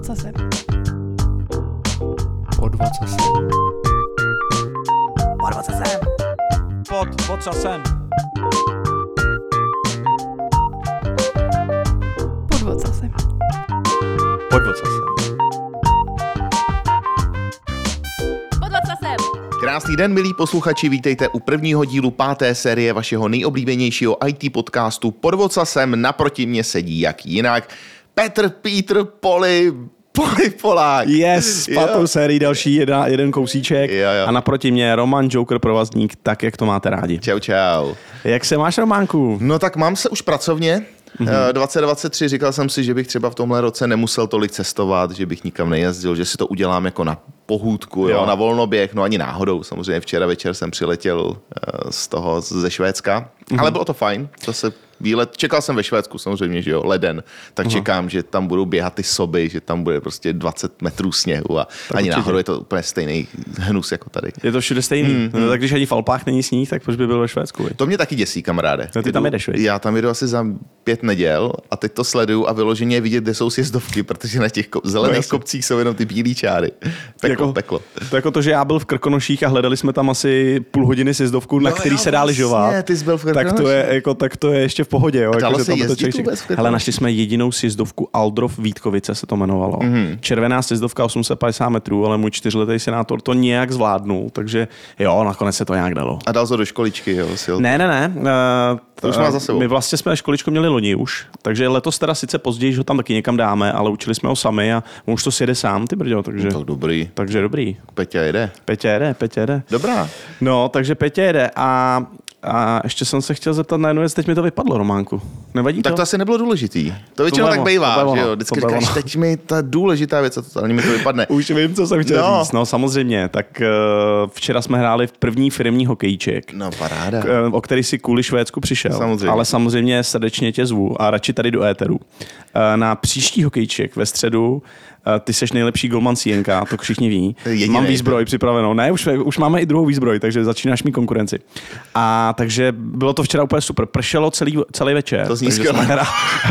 vocasem. Pod vocasem. Pod vocasem. Pod vocasem. Pod vocasem. Pod vocasem. Pod vocasem. Krásný den, milí posluchači, vítejte u prvního dílu 5. série vašeho nejoblíbenějšího IT podcastu Pod vocasem. Naproti mě sedí jak jinak Petr, Poli, Polák. Yes, 5. sérii další jeden kousíček. Jo. A naproti mě Roman Joker Provazník, tak jak to máte rádi. Čau. Jak se máš, Románku? No tak mám se už pracovně. 2023 říkal jsem si, že bych třeba v tomhle roce nemusel tolik cestovat, že bych nikam nejezdil, že si to udělám jako na pohůdku, jo, na volnoběh, no ani náhodou. Samozřejmě včera večer jsem přiletěl ze Švédska, ale bylo to fajn. Zase výlet, čekal jsem ve Švédsku samozřejmě, že jo, leden, tak čekám, že tam budou běhat ty soby, že tam bude prostě 20 metrů sněhu a tak ani náhodou je to úplně stejný hnus jako tady. Je to všude stejný. No, tak když ani v Alpách není sníh, tak proč by byl ve Švédsku? To mě taky děsí, kamaráde. No, ty tam jedeš, viď? Já tam jedu asi za 5 neděl a teď to sleduju a vyloženě je vidět, kde jsou sjezdovky, protože na těch zelených kopcích jsou jenom ty bílý čáry. Peklo. To jako to, že já byl v Krkonoších a hledali jsme tam asi půl hodiny sjezdovku, na který se dá lyžovat. Ty jsi byl v tak to je ještě v pohodě. Jo? Dalo jako, se jezdit vůbec v Krkonoších? Hele, našli jsme jedinou sjezdovku Aldrov Vítkovice se to jmenovalo. Červená sjezdovka 850 metrů, ale můj 4letý senátor to nějak zvládnul, takže jo, nakonec se to nějak dalo. A dal to do školičky, jo? Ne. To už má za sebou. My vlastně jsme školičku měli loni už, takže letos teda sice později, že ho tam taky někam dáme, ale učili jsme ho sami a on už to sjede sám, ty brďo, takže... To dobrý. Takže dobrý. Peťa jede. Dobrá. No, takže Peťa jede a ještě jsem se chtěl zeptat na jednu věc, teď mi to vypadlo, Románku. Nevadí tak to asi nebylo důležitý. To většinou tak bývá, že jo? Vždycky říkáš, teď mi ta důležitá věc a totálně mi to vypadne. Už vím, co jsem chtěl říct. No, samozřejmě. Tak včera jsme hráli v první firemní hokejček. No, paráda. O který si kvůli Švédsku přišel. Samozřejmě. Ale samozřejmě srdečně tě zvu a radši tady do éteru. Na příští hokejček ve středu ty seš nejlepší golman Sienka, to všichni ví. Mám výzbroj připravenou. Ne, už máme i druhou výzbroj, takže začínáš mít konkurenci. A takže bylo to včera úplně super. Pršelo celý večer. To zní skvěle.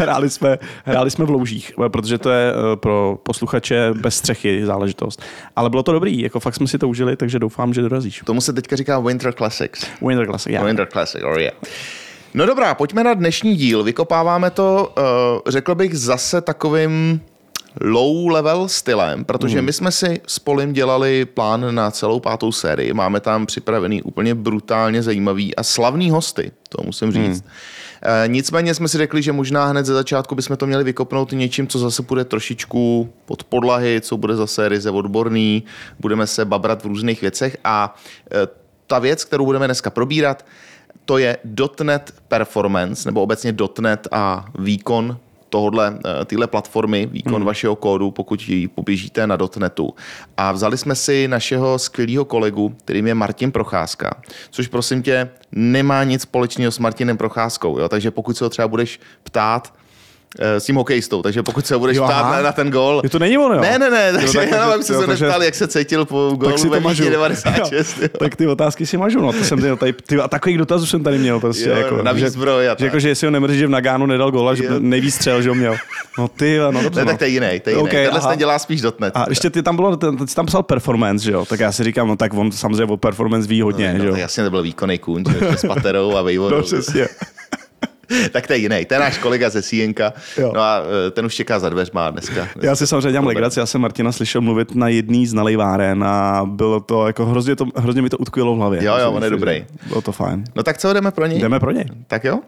Hráli jsme v loužích, protože to je pro posluchače bez střechy záležitost. Ale bylo to dobrý, jako fakt jsme si to užili, takže doufám, že dorazíš. Tomu se teďka říká Winter Classics. Winter Classic, oh yeah. No dobrá, pojďme na dnešní díl. Vykopáváme to, řekl bych, zase takovým low level stylem, protože my jsme si s Polim dělali plán na celou 5. sérii. Máme tam připravený úplně brutálně zajímavý a slavný hosty, to musím říct. Nicméně jsme si řekli, že možná hned ze začátku bychom to měli vykopnout něčím, co zase bude trošičku pod podlahy, co bude zase ryze odborný, budeme se babrat v různých věcech a ta věc, kterou budeme dneska probírat, to je .NET Performance, nebo obecně .NET a výkon téhle platformy, výkon vašeho kódu, pokud ji poběžíte na .NETu. A vzali jsme si našeho skvělého kolegu, kterým je Martin Procházka, což prosím tě nemá nic společného s Martinem Procházkou, jo? Takže pokud se ho třeba budeš ptát s tím hokejistou, takže pokud se ho budeš ptát na ten gól... To není ono, jo? Ne, takže jenom abych se neptal, jak se cítil po gólu ve výši 96. Tak ty otázky si mažu, no. To jsem tady, a takových dotazů jsem tady měl. Prostě, jako, na výzbroj a tak. Že jestli ho nemrzí, že v Nagánu nedal góla, že nejvíc střel, že ho měl. No ty, no dobře. Ne, tak to je jiný. Okay, tenhle se dělá spíš .NET. A ještě ty tam tam psal performance, že jo? Tak já si říkám, no tak on samozřejmě o performance ví hodně, že jo? Jasně, to byl výkonný kůň, s paterou a vejvodou. No přesně. Tak to je jiný. To je náš kolega ze Sienka. No a ten už čeká za dveřma dneska. Já si samozřejmě dělám legraci. Já jsem Martina slyšel mluvit na jedný z nalejváren a bylo to jako hrozně mi to utkvělo v hlavě. Jo, on je dobrý. Bylo to fajn. No tak co, jdeme pro něj? Jdeme pro něj. Tak jo.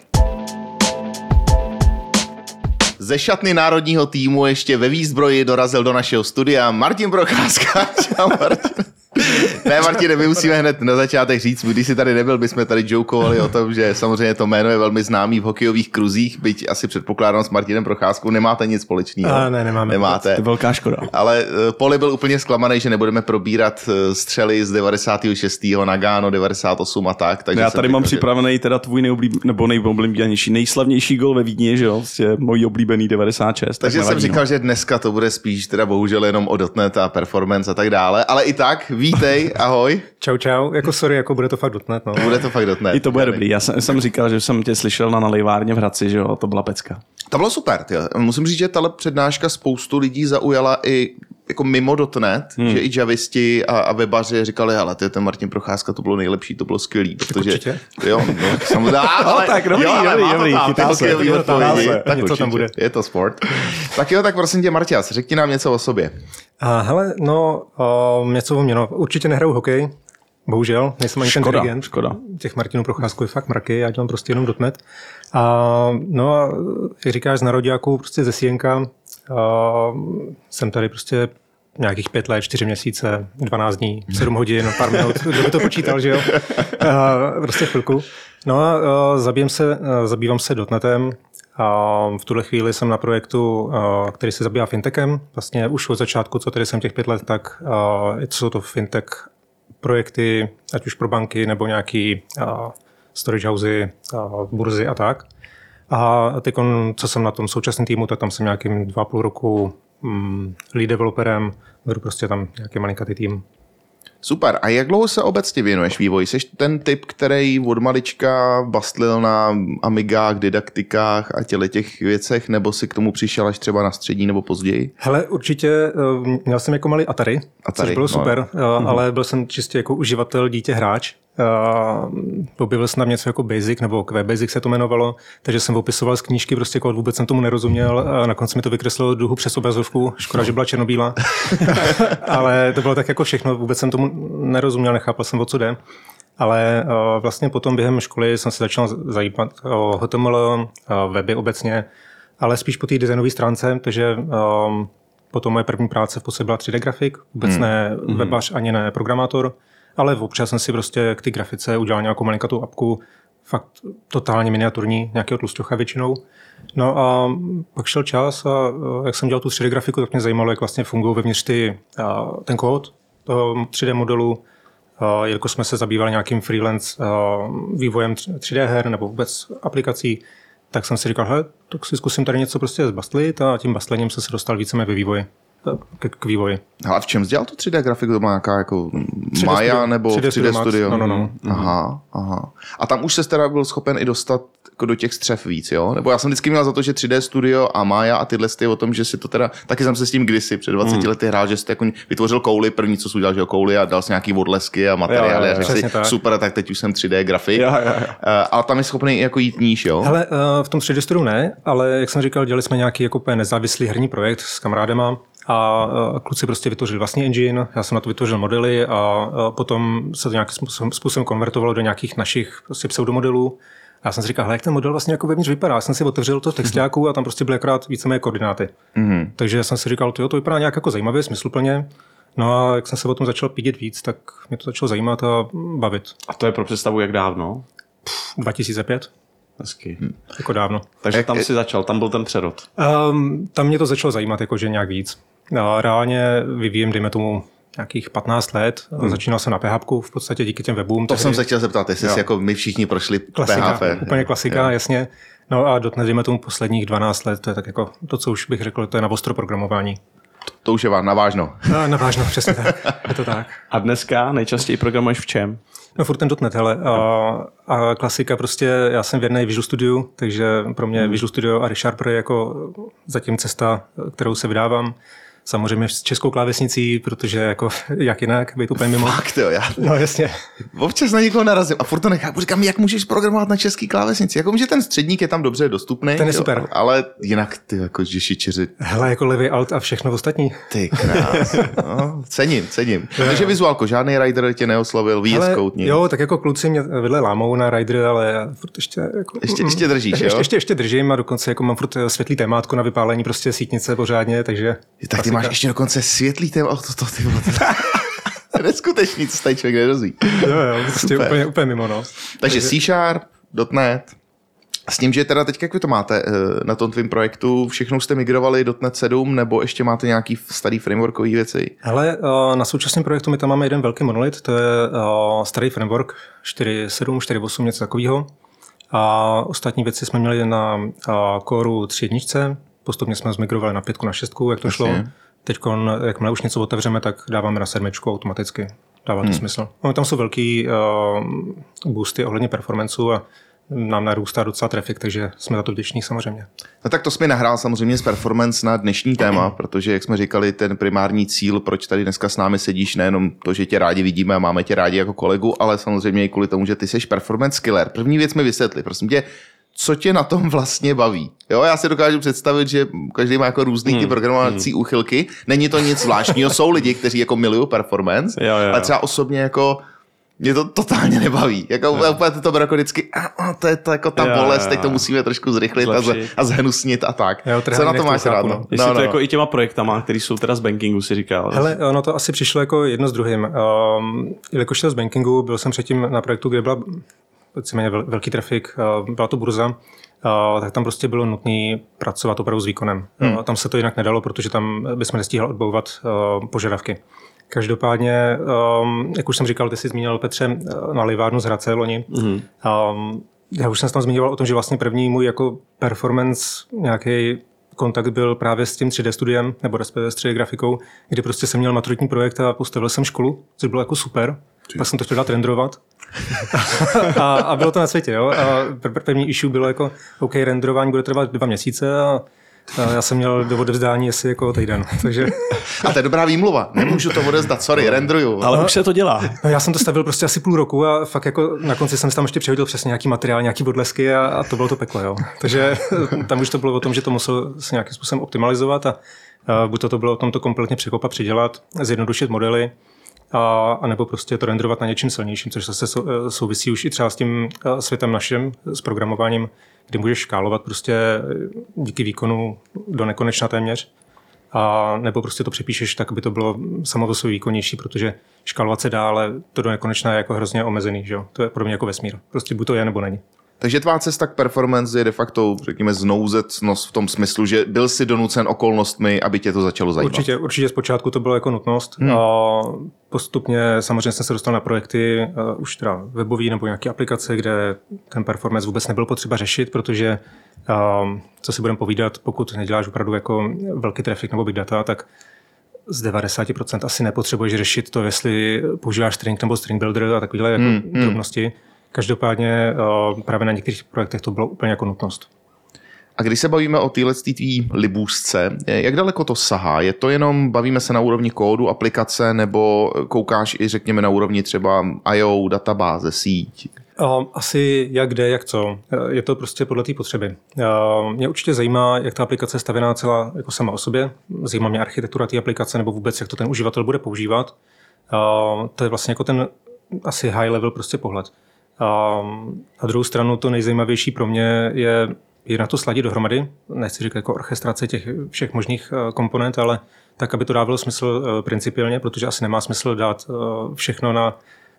Ze šatny národního týmu ještě ve výzbroji dorazil do našeho studia Martin Procházka. Čau, Martin. Ne, Martine, my musíme hned na začátek říct, když jsi tady nebyl, bychom tady jokovali o tom, že samozřejmě to jméno je velmi známý v hokejových kruzích, byť asi předpokládám s Martinem Procházkou nemáte nic společného. Ne, nemáte. To je velká škoda. Ale Poli byl úplně zklamaný, že nebudeme probírat střely z 96. Nagano 98 a tak. Takže já tady mám připravený teda tvůj nejoblíbenější, nejslavnější gol ve Vídni, že jo, vlastně můj oblíbený 96. Takže jsem říkal, že dneska to bude spíš teda bohužel jenom o .NET a performance a tak dále, ale i tak vítej, ahoj. Čau, jako sorry, jako bude to fakt .NET, no. Bude to fakt .NET. I to bude dobrý, já jsem říkal, že jsem tě slyšel na nalejvárně v Hradci, že jo, to byla pecka. To bylo super. Tyjo. Musím říct, že tahle přednáška spoustu lidí zaujala i jako mimo .NET, že i javisti a webaři říkali, ale ten Martin Procházka, to bylo nejlepší, to bylo skvělý. Protože, určitě. Jo, no, samozřejmě. No, tak dobrý, chytá se. Tak něco tam bude. Je to sport. Tak jo, tak prosím tě, Marťas, řekni nám něco o sobě. Hele, no, něco o mě, no. Určitě nehraju hokej, bohužel, nejsem ani ten dirigent. Škoda. Těch Martinů Procházků je fakt mraky, já dělám prostě jenom .NET. No a jak říkáš, z nároďáků prostě ze Sienka, jsem tady prostě nějakých 5 let, 4 měsíce, 12 dní, 7 hodin, pár minut, kdo by to počítal, že jo? Prostě chvilku. No a zabývám se .NETem. V tuhle chvíli jsem na projektu, který se zabývá fintechem. Vlastně už od začátku, co tady jsem těch 5 let, tak jsou to fintech projekty, ať už pro banky nebo nějaký storage housey, burzy a tak. A teď, co jsem na tom současném týmu, tak tam jsem nějakým 2,5 roku lead developerem, vedu prostě tam nějaký malinkatý tým. Super. A jak dlouho se obecně věnuješ vývoji? Jsi ten typ, který od malička bastlil na Amigách, didaktikách a těch věcech, nebo si k tomu přišel až třeba na střední nebo později? Hele, určitě měl jsem jako malý Atari, což bylo super, ale byl jsem čistě jako uživatel, dítě, hráč. Objevil jsem tam něco jako Basic, nebo QBasic se to jmenovalo, takže jsem opisoval z knížky prostě kód, vůbec jsem tomu nerozuměl a nakonec mi to vykreslilo druhu přes obrazovku, škoda, že byla černobílá. Ale to bylo tak jako všechno, vůbec jsem tomu nerozuměl, nechápal jsem, o co jde. Ale vlastně potom během školy jsem se začal zajímat o HTML, weby obecně, ale spíš po té designové stránce, takže potom moje první práce v podstatě byla 3D grafik, vůbec ne webař ani ne programátor. Ale občas jsem si prostě k té grafice udělal nějakou malinkatou apku, fakt totálně miniaturní, nějakého tlusťocha většinou. No a pak šel čas a jak jsem dělal tu 3D grafiku, tak mě zajímalo, jak vlastně fungují vevnitř ten kód toho 3D modelu, jelikož jsme se zabývali nějakým freelance vývojem 3D her nebo vůbec aplikací, tak jsem si říkal, hele, tak si zkusím tady něco prostě zbastlit a tím bastlením jsem se dostal víceméně ve vývoji. K vývoji. A v čem jsi dělal tu 3D grafiku? To byla nějaká jako Maya nebo 3D Studio? No. Aha. A tam už se teda byl schopen i dostat jako do těch střev víc, jo? Nebo já jsem vždycky měl za to, že 3D Studio a Maya a tyhle o tom, že si to teda, taky jsem se s tím kdysi před 20 lety hrál, že jsi jako vytvořil kouly, první co jsi udělal, že kouly a dal si nějaký odlesky a materiály a řekl si, super, tak teď už jsem 3D grafik. Ale tam je schopný jako jít níž, jo? Hele, v tom 3D Studiu ne, ale jak jsem říkal, dělali jsme nějaký jako nezávislý herní projekt s kamarádema. A kluci prostě vytvořili vlastní engine, já jsem na to vytvořil modely a potom se to nějakým způsobem konvertovalo do nějakých našich prostě pseudomodelů. A já jsem si říkal, jak ten model vlastně jako vevnitř vypadá. Já jsem si otevřel to textáku a tam prostě byly akorát víceméně koordináty. Takže já jsem si říkal, to vypadá nějak jako zajímavě, smysluplně. No a jak jsem se o tom začal pídit víc, tak mě to začalo zajímat a bavit. A to je pro představu jak dávno? 2005. Hezky. Jako dávno. Takže tam si začal, tam byl ten přerod. Tam mě to začalo zajímat jakože nějak víc. Reálně vyvíjím, dejme tomu, nějakých 15 let. Začínal jsem na PHP v podstatě díky těm webům. To jsem se chtěl zeptat, jestli jsi jako my všichni prošli klasika, PHP. Úplně klasika, jasně. No a dotnes, dejme tomu posledních 12 let, to je tak jako to, co už bych řekl, to je na ostro programování. To už je navážno. Navážno, přesně tak. Je to tak. A dneska nejčastěji programuješ v čem? No furt ten .NET, hele. A klasika prostě, já jsem věrnej Visual Studio, takže pro mě Visual Studio a ReSharper je jako zatím cesta, kterou se vydávám. Samozřejmě s českou klávesnicí, protože jako jak jinak, být úplně mimo. Fakt jo, já. No jasně. Občas na někoho narazím a furt to nechápu. Říkám, jak můžeš programovat na český klávesnici? Jako, že ten středník je tam dobře dostupný. Ten je super. Jo, ale jinak ty jako žišičeři. Hele, jako levý alt a všechno ostatní. Ty krás. No, cením. Takže vizuálko, žádný rider tě neoslovil, VS Code nic. Jo, tak jako kluci mě vedle lámou na rider, ale já furt ještě jako... Ještě držíš, jo? Ještě držím a dokonce jako mám furt světlý témátko na vypálení prostě sítnice pořádně, takže... Tak ty máš ještě dokonce světlý téma, ty neskutečný, co se tady člověk nedozví. Jo, prostě úplně mimo, no. Takže C#, .NET, s tím, že teda teď jak vy to máte na tom tvým projektu, všechno jste migrovali .NET 7, nebo ještě máte nějaký starý frameworkový věci? Hele, na současném projektu my tam máme jeden velký monolit, to je starý framework 4.7, 4.8, něco takového. A ostatní věci jsme měli na Core 3.1, postupně jsme zmigrovali na 5, na 6, jak to šlo. Teď, jakmile už něco otevřeme, tak dáváme na 7 automaticky. Dává to smysl. No, tam jsou velký boosty ohledně performanceu a nám narůstá docela trafik, takže jsme za to vděční samozřejmě. No tak to jsi mi nahrál samozřejmě z performance na dnešní téma, protože jak jsme říkali, ten primární cíl, proč tady dneska s námi sedíš, nejenom to, že tě rádi vidíme a máme tě rádi jako kolegu, ale samozřejmě i kvůli tomu, že ty jsi performance killer. První věc mi vysvětli, prosím tě, co tě na tom vlastně baví. Jo, já si dokážu představit, že každý má jako různý ty programovací úchylky. Není to nic zvláštního, jsou lidi, kteří jako milují performance, ale třeba osobně jako mě to totálně nebaví. Jako úplně to beru jako vždycky, to je to jako ta bolest, teď to musíme trošku zrychlit a zhnusnit a tak. Co na to máš rád? Jestli to jako i těma projektama, který jsou teda z bankingu, si říkal. Hele, ono to asi přišlo jako jedno s druhým. Jelikož to z bankingu, byl jsem předtím na projektu, kde byla velký trafik, byla to burza, tak tam prostě bylo nutné pracovat opravdu s výkonem. Tam se to jinak nedalo, protože tam bychom nestíhali odbouvat požadavky. Každopádně, jak už jsem říkal, ty jsi zmínil, Petře, na livárnu z Hradce loni. Já už jsem tam zmiňoval o tom, že vlastně první můj jako performance nějaký kontakt byl právě s tím 3D studiem, nebo respektive s 3D grafikou, kdy prostě jsem měl maturitní projekt a postavil jsem školu, což bylo jako super. Pak jsem to chtěl dát renderovat. a bylo to na světě. Jo? A první issue bylo jako, OK, renderování bude trvat 2 měsíce a já jsem měl do odevzdání asi jako týden. Takže... A to je dobrá výmluva. Nemůžu to odevzdat, sorry, renderuju. Ale už se to dělá. No, já jsem to stavil prostě asi půl roku a fakt jako na konci jsem tam ještě přehodil přesně nějaký materiál, nějaký odlesky a to bylo to peklo. Jo. Takže tam už to bylo o tom, že to musel se nějakým způsobem optimalizovat a buď to bylo o tom to kompletně překopat, přidělat, zjednodušit modely, a nebo prostě to renderovat na něčím silnějším, což zase souvisí už i třeba s tím světem naším, s programováním, kdy můžeš škálovat prostě díky výkonu do nekonečna téměř, a nebo prostě to přepíšeš tak, aby to bylo samo o sobě výkonnější, protože škálovat se dá, ale to do nekonečna je jako hrozně omezený, že jo? To je pro mě jako vesmír. Prostě buď to je, nebo není. Takže tvá cesta k performance je de facto, řekněme, znouzecnost v tom smyslu, že byl si donucen okolnostmi, aby tě to začalo zajímat. Určitě zpočátku to bylo jako nutnost. A postupně samozřejmě jsem se dostal na projekty, už teda webový nebo nějaké aplikace, kde ten performance vůbec nebyl potřeba řešit, protože co si budeme povídat, pokud neděláš opravdu jako velký trafik nebo big data, tak z 90% asi nepotřebuješ řešit to, jestli používáš string nebo string builder a takovéhle jako drobnosti. Každopádně právě na některých projektech to bylo úplně jako nutnost. A když se bavíme o téhle tvý libůzce, jak daleko to sahá? Je to jenom, bavíme se na úrovni kódu, aplikace, nebo koukáš i řekněme na úrovni třeba I/O, databáze, síť? Asi jak kde, jak co. Je to prostě podle té potřeby. Mě určitě zajímá, jak ta aplikace je stavěná celá jako sama o sobě. Zajímá mě architektura té aplikace nebo vůbec, jak to ten uživatel bude používat. To je vlastně jako ten asi high level prostě pohled. A na druhou stranu to nejzajímavější pro mě je na to sladit dohromady. Nechci říkat jako orchestrace těch všech možných komponent, ale tak, aby to dávalo smysl principiálně, protože asi nemá smysl dát všechno na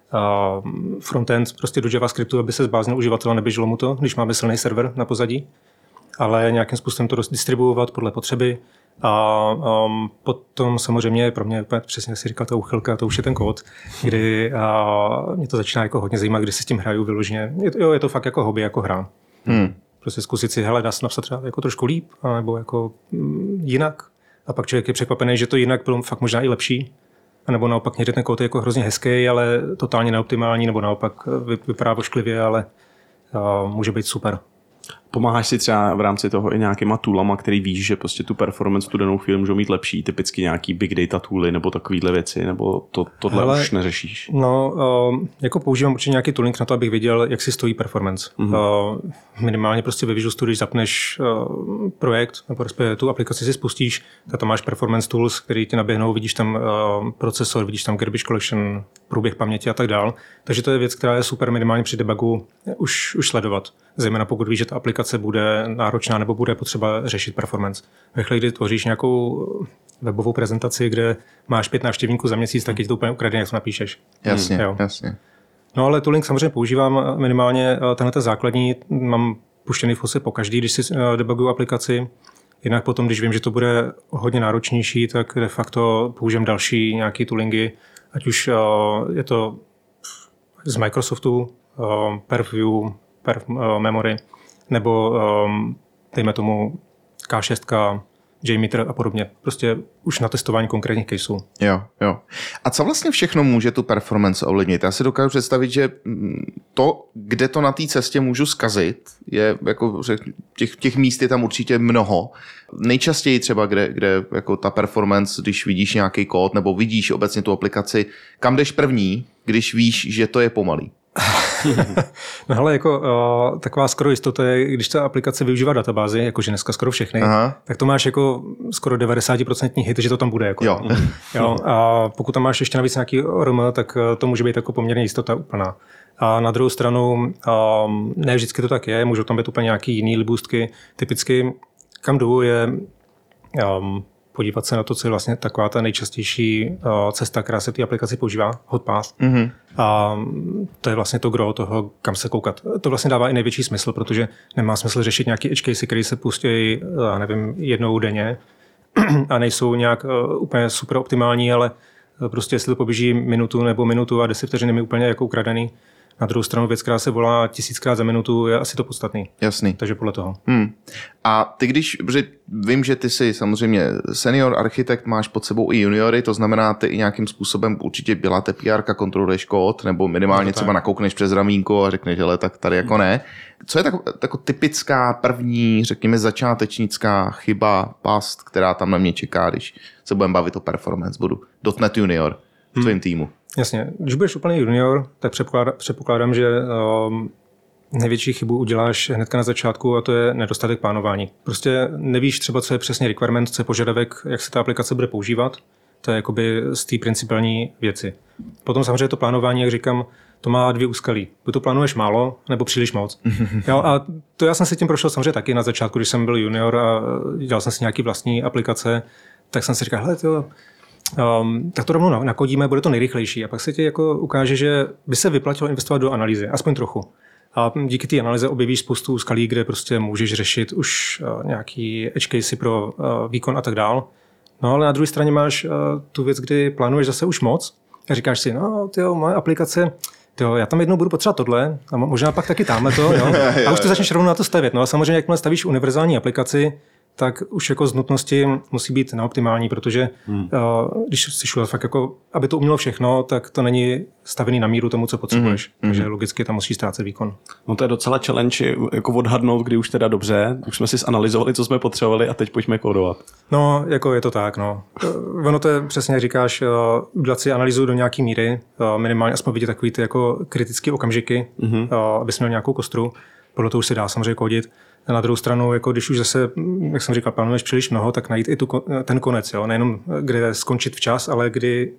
frontend prostě do JavaScriptu, aby se zbláznil uživatel a neběželo mu to, když máme silný server na pozadí, ale nějakým způsobem to distribuovat podle potřeby. A potom samozřejmě pro mě přesně si říkal ta úchylka, to už je ten kód, kdy mě to začíná jako hodně zajímat, kdy se s tím hraju vyloženě. Je to fakt jako hobby, jako hra. Prostě zkusit si, hele, dá se napsat třeba jako trošku líp, nebo jako jinak. A pak člověk je překvapený, že to jinak bylo fakt možná i lepší. A nebo naopak někdy ten kód je jako hrozně hezký, ale totálně neoptimální, nebo naopak vypadá vošklivě, ale může být super. Pomáháš si třeba v rámci toho i nějakýma toolama, který víš, že prostě tu performance tu danou chvíli můžou mít lepší, typicky nějaký big data tooly nebo takovýhle věci, nebo tohle už neřešíš? No, jako používám určitě nějaký tooling na to, abych viděl, jak si stojí performance. Minimálně prostě ve Visual Studio, když zapneš projekt, nebo tu aplikaci si spustíš, tak tam máš performance tools, který ti naběhnou, vidíš tam procesor, vidíš tam garbage collection, průběh paměti a tak dál. Takže to je věc, která je super minimálně při debugu už sledovat. Zejména pokud víš, že ta aplikace bude náročná nebo bude potřeba řešit performance. Ve chvíli, kdy tvoříš nějakou webovou prezentaci, kde máš 5 návštěvníků za měsíc, tak je to úplně ukradené, jak to napíšeš. Jasně. No ale tooling samozřejmě používám minimálně tenhle základní, mám puštěný v kuse po každý, když si debuguju aplikaci. Jinak potom, když vím, že to bude hodně náročnější, tak de facto použijem další nějaké toolingy, ať už je to z Microsoftu, Perfview, Memory, nebo dejme tomu K6, JMeter a podobně. Prostě už na testování konkrétních caseů. Jo. A co vlastně všechno může tu performance ovlivnit? Já si dokážu představit, že to, kde to na té cestě můžu zkazit, je jako těch míst je tam určitě mnoho. Nejčastěji třeba, kde jako ta performance, když vidíš nějaký kód nebo vidíš obecně tu aplikaci, kam jdeš první, když víš, že to je pomalý? No hele, jako taková skoro jistota je, když ta aplikace využívá databázy, jakože dneska skoro všechny, tak to máš jako skoro 90% hit, že to tam bude. Jako, jo. A pokud tam máš ještě navíc nějaký ORM, tak to může být jako poměrně jistota úplná. A na druhou stranu, ne vždycky to tak je, můžou tam být úplně nějaký jiný libůstky. Typicky, kam jdu, je podívat se na to, co je vlastně taková ta nejčastější cesta, která se v té aplikaci používá, hotpath. A to je vlastně to gro toho, kam se koukat. To vlastně dává i největší smysl, protože nemá smysl řešit nějaký edge case, který se pustí, nevím, jednou denně a nejsou nějak úplně super optimální, ale prostě jestli to poběží minutu a 10 vteřin je úplně jako ukradený. Na druhou stranu věc, která se volá 1000krát za minutu, je asi to podstatný. Jasný. Takže podle toho. A ty protože vím, že ty jsi samozřejmě senior architekt, máš pod sebou i juniory, to znamená, ty i nějakým způsobem určitě děláte PR, kontroluješ kód, nebo minimálně třeba nakoukneš přes ramínko a řekneš, hele, tak tady jako ne. Co je tako typická první, řekněme, začátečnická chyba, past, která tam na mě čeká, když se budeme bavit o performance, budu .NET junior v tvém týmu? Jasně, když budeš úplně junior, tak předpokládám, že největší chybu uděláš hnedka na začátku a to je nedostatek plánování. Prostě nevíš třeba, co je přesně requirement, co je požadavek, jak se ta aplikace bude používat. To je jakoby z té principální věci. Potom samozřejmě to plánování, jak říkám, to má dvě úskalí. Buď to plánuješ málo, nebo příliš moc. Jo, a to já jsem si tím prošel samozřejmě taky na začátku, když jsem byl junior a dělal jsem si nějaký vlastní aplikace, tak jsem si říkal, hele, tak to rovnou nakodíme, bude to nejrychlejší. A pak se ti jako ukáže, že by se vyplatilo investovat do analýzy, aspoň trochu. A díky té analýze objevíš spoustu skalí, kde prostě můžeš řešit už nějaký edge casey pro výkon a tak dál. No ale na druhé straně máš tu věc, kdy plánuješ zase už moc a říkáš si, no moje aplikace, já tam jednou budu potřebovat tohle a možná pak taky tamhle to, jo. A už to začneš rovnou na to stavět. No a samozřejmě, jakmile stavíš univerzální aplikaci, tak už jako z nutnosti musí být neoptimální, protože když si šel fakt jako, aby to umělo všechno, tak to není stavený na míru tomu, co potřebuješ. Takže logicky tam musíš ztrácet výkon. No to je docela challenge, jako odhadnout, kdy už teda dobře, už jsme si zanalyzovali, co jsme potřebovali a teď pojďme kódovat. No, jako je to tak, no. Ono to je přesně, jak říkáš, udělat si analýzu do nějaký míry, minimálně aspoň vidět takový ty jako kritické okamžiky, aby jsme měl nějakou kostru. Podle toho už se dá samozřejmě kódit. Na druhou stranu, jako když už zase, jak jsem říkal, plánuješ příliš mnoho, tak najít i ten konec. Jo? Nejenom kde skončit včas, ale kdy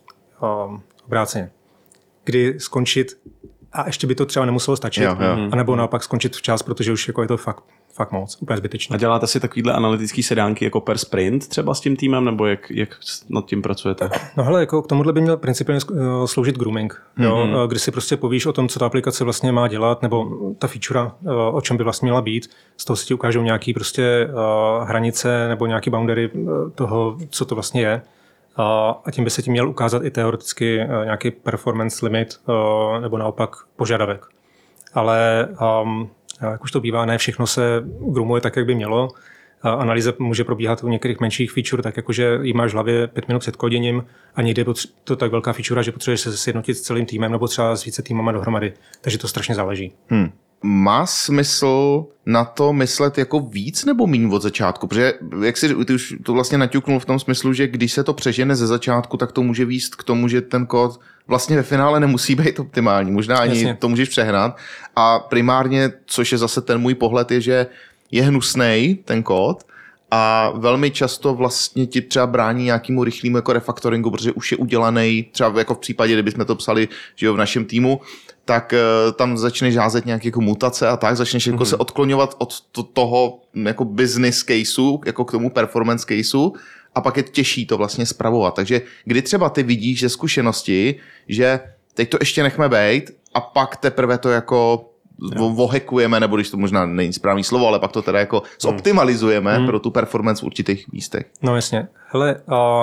obráceně. Kdy skončit a ještě by to třeba nemuselo stačit. A nebo naopak skončit včas, protože už jako je to fakt moc, úplně zbytečné. A děláte si takovýhle analytický sedánky jako per sprint třeba s tím týmem, nebo jak nad tím pracujete? No hele, jako k tomuhle by měl principálně sloužit grooming, jo? Kdy si prostě povíš o tom, co ta aplikace vlastně má dělat, nebo ta feature, o čem by vlastně měla být. Z toho si ti ukážou nějaký prostě hranice nebo nějaký boundary toho, co to vlastně je. A tím by se ti měl ukázat i teoreticky nějaký performance limit nebo naopak požadavek. Ale jak už to bývá, ne všechno se groomuje tak, jak by mělo. Analýza může probíhat u některých menších feature, tak jakože jí máš v hlavě 5 minut před koděním a někdy je to tak velká feature, že potřebuješ se sjednotit s celým týmem nebo třeba s více týmama dohromady. Takže to strašně záleží. Má smysl na to myslet jako víc nebo míň od začátku? Protože jak ty už to vlastně naťuknul v tom smyslu, že když se to přežene ze začátku, tak to může vést k tomu, že ten kód vlastně ve finále nemusí být optimální. Možná ani to můžeš přehnat. A primárně, což je zase ten můj pohled, je, že je hnusnej ten kód a velmi často vlastně ti třeba brání nějakému rychlému jako refaktoringu, protože už je udělaný, třeba jako v případě, kdybychom to psali, že jo, v našem týmu, tak tam začneš házet nějaké jako mutace a tak, začneš jako se odklonovat od toho jako business caseu, jako k tomu performance caseu a pak je těžší to vlastně spravovat. Takže kdy třeba ty vidíš ze zkušenosti, že teď to ještě nechme bejt a pak teprve to jako vohekujeme, nebo když to možná není správný slovo, ale pak to teda jako zoptimalizujeme pro tu performance v určitých místech. No jasně. Hele,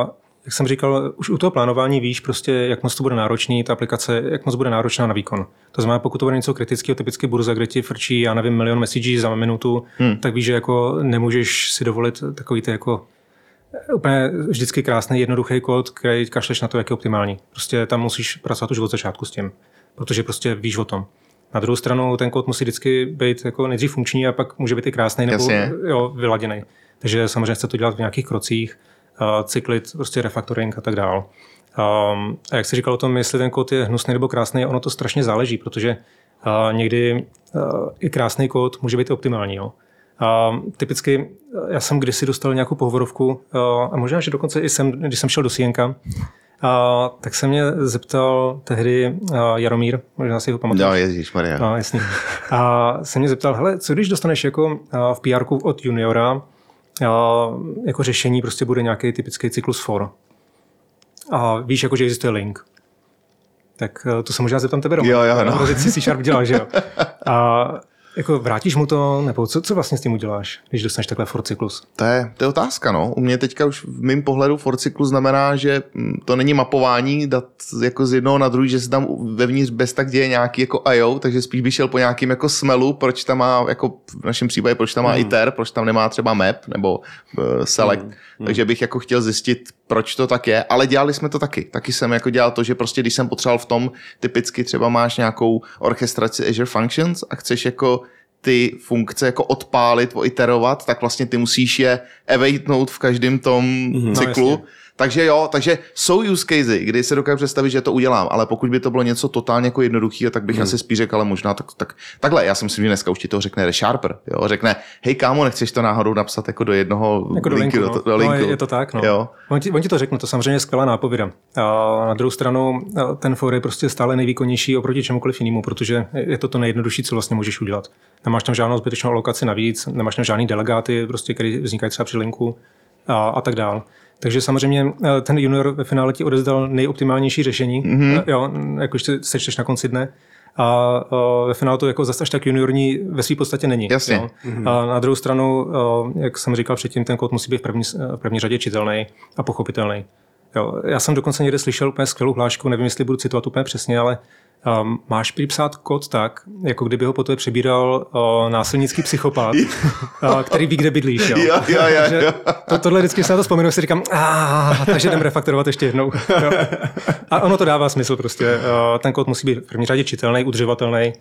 jak jsem říkal, už u toho plánování víš prostě, jak moc to bude náročný, ta aplikace, jak moc bude náročná na výkon. To znamená, pokud to bude něco kritického, typicky burza, kde ti frčí, já nevím, 1 milion messages za minutu, tak víš, že jako nemůžeš si dovolit takový ty jako úplně vždycky krásný, jednoduchý kód, který kašleš na to, jak je optimální. Prostě tam musíš pracovat už od začátku s tím, protože prostě víš o tom. Na druhou stranu ten kód musí vždycky být jako nejdřív funkční a pak může být i krásný nebo vyladěný. Takže samozřejmě chce to dělat v nějakých krocích, cyklit, prostě refactoring a tak dál. A jak jsi říkal o tom, jestli ten kód je hnusný nebo krásný, ono to strašně záleží, protože někdy i krásný kód může být optimální. Jo. Typicky já jsem kdysi dostal nějakou pohovorovku a možná, že dokonce i když jsem šel do Sienka, tak se mě zeptal tehdy Jaromír, možná si ho pamatuješ. No, ježišmarja. No, jasně. A se mě zeptal, hele, co když dostaneš jako v PR-ku od juniora, jako řešení prostě bude nějaký typický cyklus for. A víš, jako, že existuje link. Tak to se možná zeptám tebe, Roman. Jo, no. C# děláš, že jo? A jako vrátíš mu to, nebo co vlastně s tím uděláš, když dostaneš takhle for cyklus? To je otázka, no. U mě teďka už v mém pohledu for cyklus znamená, že to není mapování, dát jako z jednoho na druhý, že se tam vevnitř bez tak děje nějaký jako IO, takže spíš bych šel po nějakým jako smelu, proč tam má, jako v našem případě, proč tam má iter, proč tam nemá třeba map nebo select. Takže bych jako chtěl zjistit, proč to tak je, ale dělali jsme to taky. Taky jsem jako dělal to, že prostě když jsem potřeboval v tom, typicky třeba máš nějakou orchestraci Azure Functions a chceš jako ty funkce jako odpálit, iterovat, tak vlastně ty musíš je awaitnout v každém tom cyklu. No, takže jo, takže jsou use casey, kdy se dokážu představit, že to udělám, ale pokud by to bylo něco totálně jako jednoduchého, tak bych asi spíš řekl, ale možná takhle. Já si myslím, že dneska už ti to řekne ReSharper, jo, řekne, hej kámo, nechceš to náhodou napsat jako do jednoho jako linku, do linku. No, je to tak, no. Jo. On ti to řekne, to samozřejmě je skvělá nápověda. A na druhou stranu ten for je prostě stále nejvýkonnější oproti čemukoliv jinému, protože je to nejjednodušší, co vlastně můžeš udělat. Nemáš tam žádnou zbytečnou alokaci navíc, nemáš tam žádný delegáty, prostě, který vznikají třeba při linku a tak dál. Takže samozřejmě ten junior ve finále ti odezdal nejoptimálnější řešení, jo, jako když se sečteš na konci dne. A ve finále to jako zase až tak juniorní ve své podstatě není. Jasně. Jo. A na druhou stranu, jak jsem říkal předtím, ten kód musí být v první řadě čitelný a pochopitelný. Jo. Já jsem dokonce někde slyšel úplně skvělou hlášku, nevím, jestli budu citovat úplně přesně, ale máš připsat kód tak, jako kdyby ho poté přebíral násilnický psychopat, který ví, kde bydlíš. Jo. Jo. Tohle vždycky se na to vzpomenu, si říkám, takže jdem refaktorovat ještě jednou. Jo. A ono to dává smysl prostě. Ten kód musí být v první řadě čitelný, udržovatelný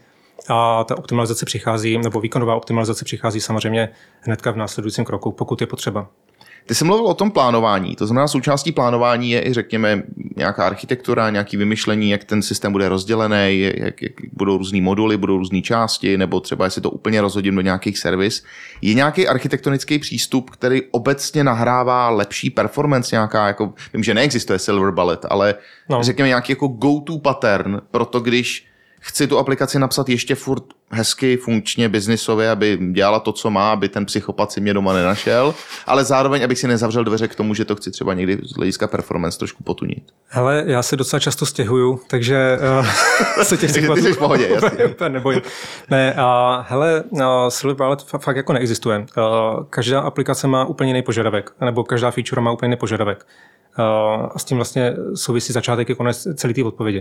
a ta optimalizace přichází, nebo výkonová optimalizace přichází samozřejmě hnedka v následujícím kroku, pokud je potřeba. Ty jsi mluvil o tom plánování, to znamená součástí plánování je i řekněme nějaká architektura, nějaký vymyšlení, jak ten systém bude rozdělený, jak budou různý moduly, budou různé části, nebo třeba jestli to úplně rozhodím do nějakých servis. Je nějaký architektonický přístup, který obecně nahrává lepší performance nějaká, jako vím, že neexistuje Silver Bullet, ale řekněme nějaký jako go-to pattern pro to, když chci tu aplikaci napsat ještě furt hezky, funkčně, biznisově, aby dělala to, co má, aby ten psychopat si mě doma nenašel, ale zároveň, abych si nezavřel dveře k tomu, že to chci třeba někdy z hlediska performance trošku potunit. Hele, já se docela často stěhuju, takže se těch psychopatů ty jsi v pohodě, jasně. Nebojím. Ne, hele, Silver Bullet fakt jako neexistuje. Každá aplikace má úplně jiný požadavek, nebo každá feature má úplně jiný požadavek. A s tím vlastně souvisí začátek i konec celý té odpovědi.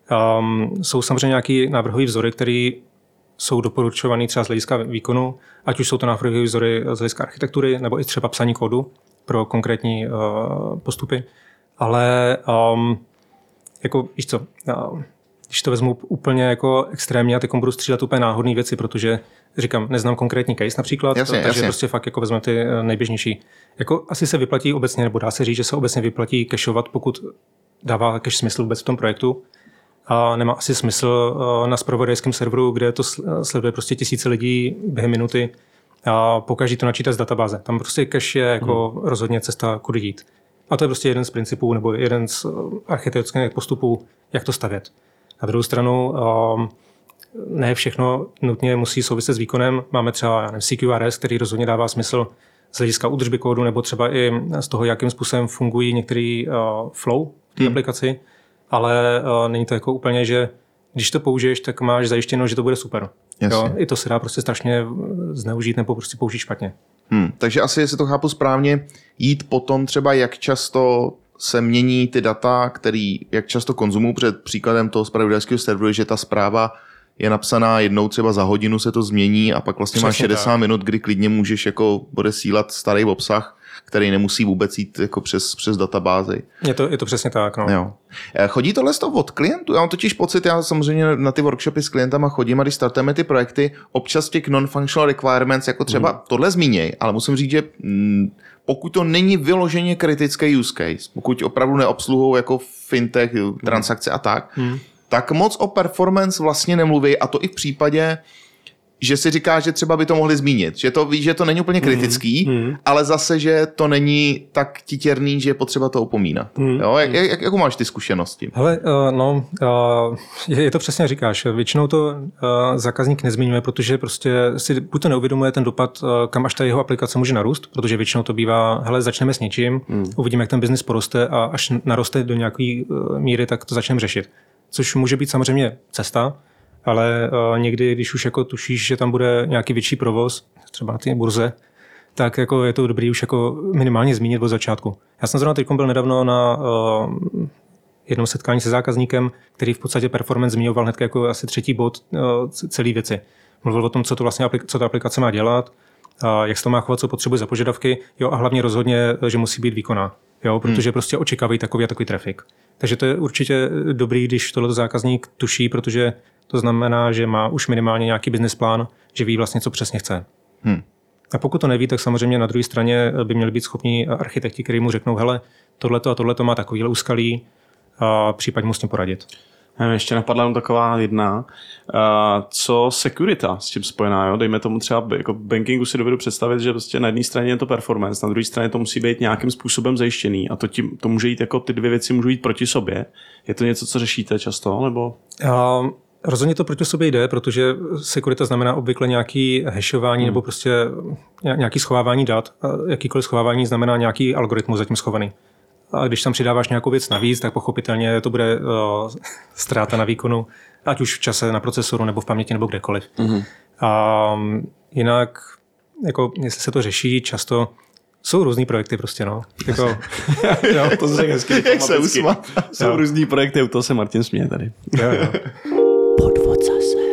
Jsou samozřejmě nějaké návrhové vzory, které jsou doporučované třeba z hlediska výkonu, ať už jsou to návrhové vzory z hlediska architektury, nebo i třeba psaní kódu pro konkrétní postupy. Ale jako víš co, když to vezmu úplně jako extrémně a teď budu střílet úplně náhodné věci, protože říkám, neznám konkrétní case například, takže prostě fakt jako vezmeme ty nejběžnější. Jako asi se vyplatí obecně, nebo dá se říct, že se obecně vyplatí cachovat, pokud dává cache smysl vůbec v tom projektu. A nemá asi smysl na zpravodajském serveru, kde to sleduje prostě tisíce lidí během minuty a pokaždé to načítat z databáze. Tam prostě cache je jako rozhodně cesta, kudy jít. A to je prostě jeden z principů nebo jeden z architektonických postupů, jak to stavět. Na druhou stranu ne všechno nutně musí souviset s výkonem. Máme třeba CQRS, který rozhodně dává smysl z hlediska údržby kódu nebo třeba i z toho, jakým způsobem fungují některé flow v té aplikaci. Ale není to jako úplně, že když to použiješ, tak máš zajištěno, že to bude super. Jo? I to se dá prostě strašně zneužít nebo prostě použít špatně. Takže asi, jestli to chápu správně, jít potom třeba jak často se mění ty data, který jak často konzumují, před příkladem toho zpravodajského serveru, že ta zpráva je napsaná jednou třeba za hodinu se to změní a pak vlastně máš 60 minut, kdy klidně můžeš jako odesílat starý obsah, který nemusí vůbec jít jako přes databázy. Je to přesně tak, no. Jo. Chodí tohle z toho od klientů? Já mám totiž pocit, já samozřejmě na ty workshopy s klientama chodím a když startujeme ty projekty, občas těch non-functional requirements jako třeba tohle zmíněj, ale musím říct, že pokud to není vyloženě kritický use case, pokud opravdu neobsluhují jako fintech, transakce a tak moc o performance vlastně nemluví a to i v případě, že si říká, že třeba by to mohli zmínit. Že to ví, že to není úplně kritický, ale zase, že to není tak titěrný, že je potřeba to upomínat. Jo? Jakou máš ty zkušenosti? Hele, je to přesně říkáš. Většinou to zákazník nezmiňuje, protože prostě si buď to neuvědomuje ten dopad, kam až ta jeho aplikace může narůst, protože většinou to bývá, hele, začneme s něčím, uvidíme, jak ten biznis poroste a až naroste do nějaké míry, tak to začneme řešit. Což může být samozřejmě cesta, ale někdy, když už jako tušíš, že tam bude nějaký větší provoz, třeba na té burze, tak jako je to dobrý už jako minimálně zmínit od začátku. Já jsem zrovna teď byl nedávno na jednom setkání se zákazníkem, který v podstatě performance zmiňoval hned jako asi třetí bod celé věci. Mluvil o tom, co ta aplikace má dělat, jak se to má chovat, co potřebuje za požadavky, jo, a hlavně rozhodně, že musí být výkonná. Jo, protože prostě očekávají takový trafik. Takže to je určitě dobrý, když tohle zákazník tuší, protože to znamená, že má už minimálně nějaký business plán, že ví vlastně, co přesně chce. A pokud to neví, tak samozřejmě na druhé straně by měli být schopní architekti, kteří mu řeknou, hele, tohleto a tohleto má takovýhle úskalí a případně mu s tím poradit. Ještě napadla jenom taková jedna. Co securita s tím spojená? Jo? Dejme tomu třeba jako bankingu si dovedu představit, že prostě na jedné straně je to performance, na druhé straně to musí být nějakým způsobem zajištěný a to může jít jako ty dvě věci můžou jít proti sobě. Je to něco, co řešíte často? Nebo? Rozhodně to proti sobě jde, protože securita znamená obvykle nějaký hashování nebo prostě nějaký schovávání dat. Jakýkoliv schovávání znamená nějaký algoritmus zatím schovaný. A když tam přidáváš nějakou věc navíc, tak pochopitelně to bude ztráta na výkonu, ať už v čase na procesoru, nebo v paměti, nebo kdekoliv. A jinak, jako, jestli se to řeší, často jsou různý projekty prostě, no. Jako, jo, to se řekne hezky. Jak se usmá. Jsou různý projekty, u toho se Martin směje tady. Jo. Podvod zase.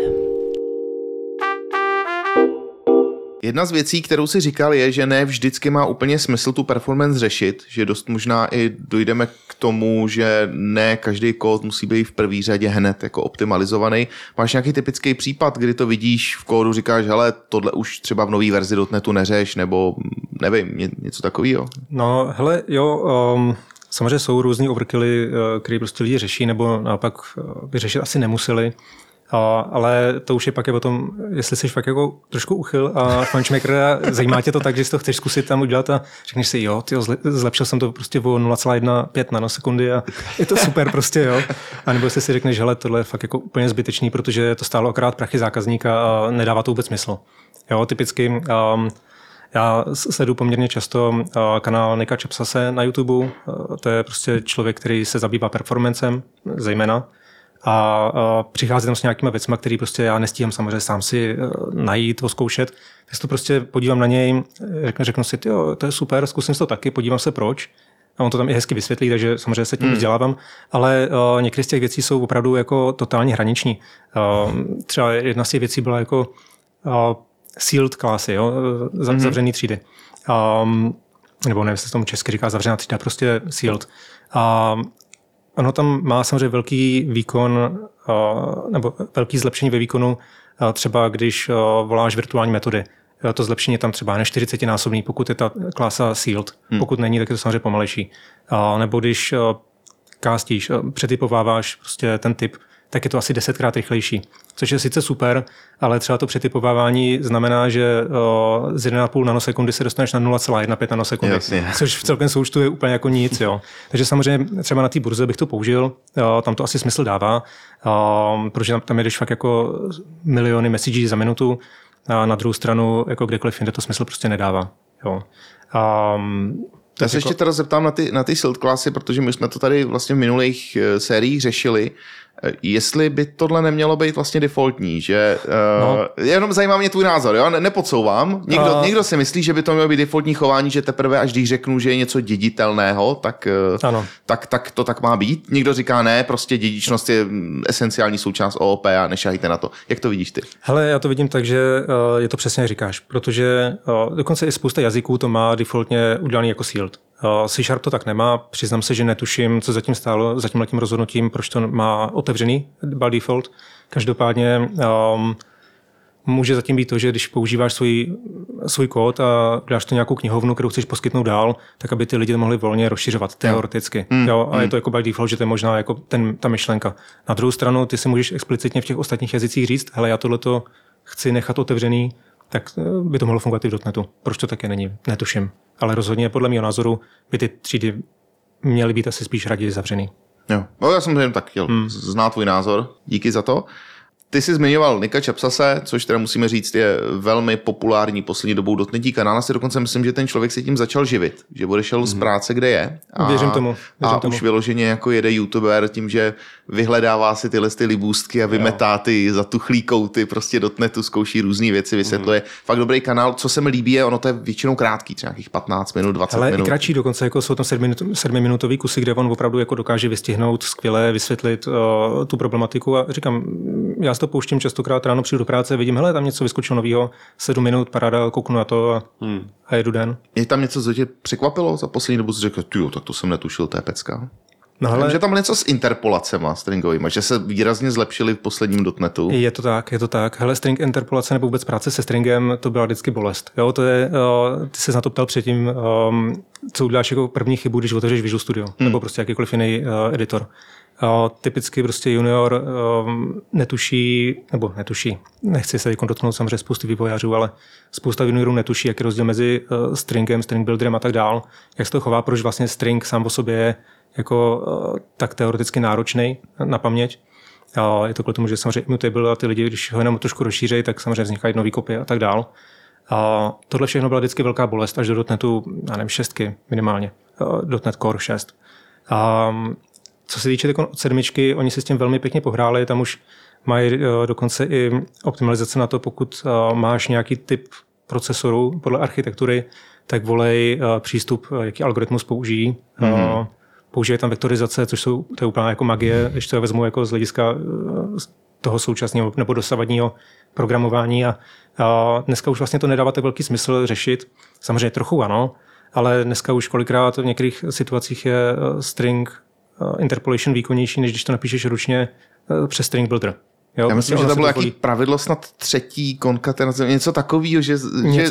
Jedna z věcí, kterou si říkal, je, že ne vždycky má úplně smysl tu performance řešit, že dost možná i dojdeme k tomu, že ne každý kód musí být v první řadě hned jako optimalizovaný. Máš nějaký typický případ, kdy to vidíš v kódu, říkáš, hele, tohle už třeba v nový verzi .NETu neřeš, nebo nevím, něco takového? No, hele, jo, samozřejmě jsou různý overkilly, které prostě lidi řeší, nebo naopak by řešit asi nemuseli. Ale to už je pak o tom, jestli jsi fakt jako trošku uchyl a punchmaker a zajímá tě to tak, že si to chceš zkusit tam udělat a řekneš si, jo, zlepšil jsem to prostě o 0,15 nanosekundy a je to super prostě, jo. A nebo jestli si řekneš, hele, tohle je fakt jako úplně zbytečný, protože to stálo akorát prachy zákazníka a nedává to vůbec smysl. Jo, typicky já sleduju poměrně často kanál Nika Chapsase na YouTube, to je prostě člověk, který se zabývá performancem zejména. A přichází tam s nějakýma věcma, který prostě já nestíhám samozřejmě sám si najít, oskoušet. Tak si to prostě podívám na něj, řeknu si, jo, to je super, zkusím si to taky, podívám se proč. A on to tam i hezky vysvětlí, takže samozřejmě se tím vzdělávám. Ale některé z těch věcí jsou opravdu jako totálně hraniční. Třeba jedna z těch věcí byla jako sealed klasy, jo, zavřený třídy. Nebo nevím, jestli se tomu česky říká zavřená třída, prostě sealed. Ono tam má samozřejmě velký výkon nebo velký zlepšení ve výkonu, třeba když voláš virtuální metody. To zlepšení je tam třeba 40násobný, pokud je ta klasa sealed. Pokud není, tak je to samozřejmě pomalejší. Nebo když castíš, přetypováváš prostě ten typ, tak je to asi 10krát rychlejší. Což je sice super, ale třeba to přetypovávání znamená, že z 1,5 nanosekundy se dostaneš na 0,15 nanosekundy. Jasně. Což v celkem součtu je úplně jako nic. Jo. Takže samozřejmě třeba na té burze bych to použil, tam to asi smysl dává, protože tam jedeš fakt jako miliony messages za minutu, a na druhou stranu jako kdekoliv jinde to smysl prostě nedává. Jo. Já se ještě teda zeptám na ty sealed klasy, protože my jsme to tady vlastně v minulých sériích řešili. Jestli by tohle nemělo být vlastně defaultní, že jenom zajímá mě tvůj názor, jo? Nepodsouvám. Někdo si myslí, že by to mělo být defaultní chování, že teprve až když řeknu, že je něco děditelného, tak to tak má být. Někdo říká ne, prostě dědičnost je esenciální součást OOP a nešahejte na to. Jak to vidíš ty? Hele, já to vidím tak, že je to přesně jak říkáš, protože dokonce i spousta jazyků to má defaultně udělaný jako sealed. C# to tak nemá, přiznám se, že netuším, co zatím stálo, za tímhletím rozhodnutím, proč to má otevřený by default. Každopádně může zatím být to, že když používáš svůj kód a dáš to nějakou knihovnu, kterou chceš poskytnout dál, tak aby ty lidi to mohli volně rozšiřovat teoreticky. A je to jako by default, že to je možná jako ta myšlenka. Na druhou stranu ty si můžeš explicitně v těch ostatních jazycích říct, hele, já tohleto chci nechat otevřený, tak by to mohlo fungovat i v .NETu. Proč to také není? Netuším. Ale rozhodně podle mého názoru by ty třídy měly být asi spíš raději zavřený. Jo, já jsem jen tak chtěl znát tvůj názor. Díky za to. Ty jsi zmiňoval Nika Chapsase, což teda musíme říct je velmi populární poslední dobou dotnetí kanál. Si dokonce myslím, že ten člověk se tím začal živit, že odešel z práce, kde je. Věřím tomu. Už vyloženě jako jede youtuber tím, že vyhledává si tyhle libůstky a vymetá ty zatuchlý kouty prostě dotnetu, zkouší různé věci, vysvětluje. Fakt dobrý kanál. Co se mi líbí je, ono to je většinou krátký, třeba nějakých 15 minut, 20 minut. Ale i kratší dokonce, jako jsou tam 7minutový kusy, kde on opravdu jako dokáže vystihnout skvěle, vysvětlit tu problematiku a říkám, já to pouštím častokrát ráno, přijdu do práce, vidím, hele, tam něco vyskočilo novýho, 7 minut, paráda, kouknu na to a jedu den. Je tam něco, co tě překvapilo za poslední dobu, jsi řekl, tak to jsem netušil, to je pecka. No, hele, že tam něco s interpolacema stringovýma, že se výrazně zlepšili v posledním .NETu. Je to tak. Hele, string interpolace nebo vůbec práce se stringem, to byla vždycky bolest. Jo, to je, ty se na to ptal předtím, co uděláš jako první chybu, když otevřeš Visual Studio, nebo prostě jakýkoliv jiný editor. Typicky prostě junior netuší, nechci se dotknout samozřejmě spousty vývojářů, ale spousta juniorů netuší, jaký je rozdíl mezi stringem, string builderem a tak dál, jak se to chová, proč vlastně string sám o sobě je jako tak teoreticky náročný na paměť. Je to kvůli tomu, že samozřejmě immutable a ty lidi, když ho jenom trošku rozšířejí, tak samozřejmě vznikají nový kopie a tak dál. Tohle všechno byla vždycky velká bolest až do .NETu, já nevím, 6 minimálně, .NET Core 6. Co se týče od 7, oni se s tím velmi pěkně pohráli, tam už mají dokonce i optimalizace na to, pokud máš nějaký typ procesoru podle architektury, tak volej přístup, jaký algoritmus použijí. Používají tam vektorizace, to je úplně jako magie, když to vezmu jako z hlediska toho současného nebo dosavadního programování a dneska už vlastně to nedává tak velký smysl řešit. Samozřejmě trochu ano, ale dneska už kolikrát v některých situacích je string interpolation výkonnější, než když to napíšeš ručně přes string builder. Jo, já myslím, že to bylo nějaký pravidlo snad 3. konkatenace, něco takového, že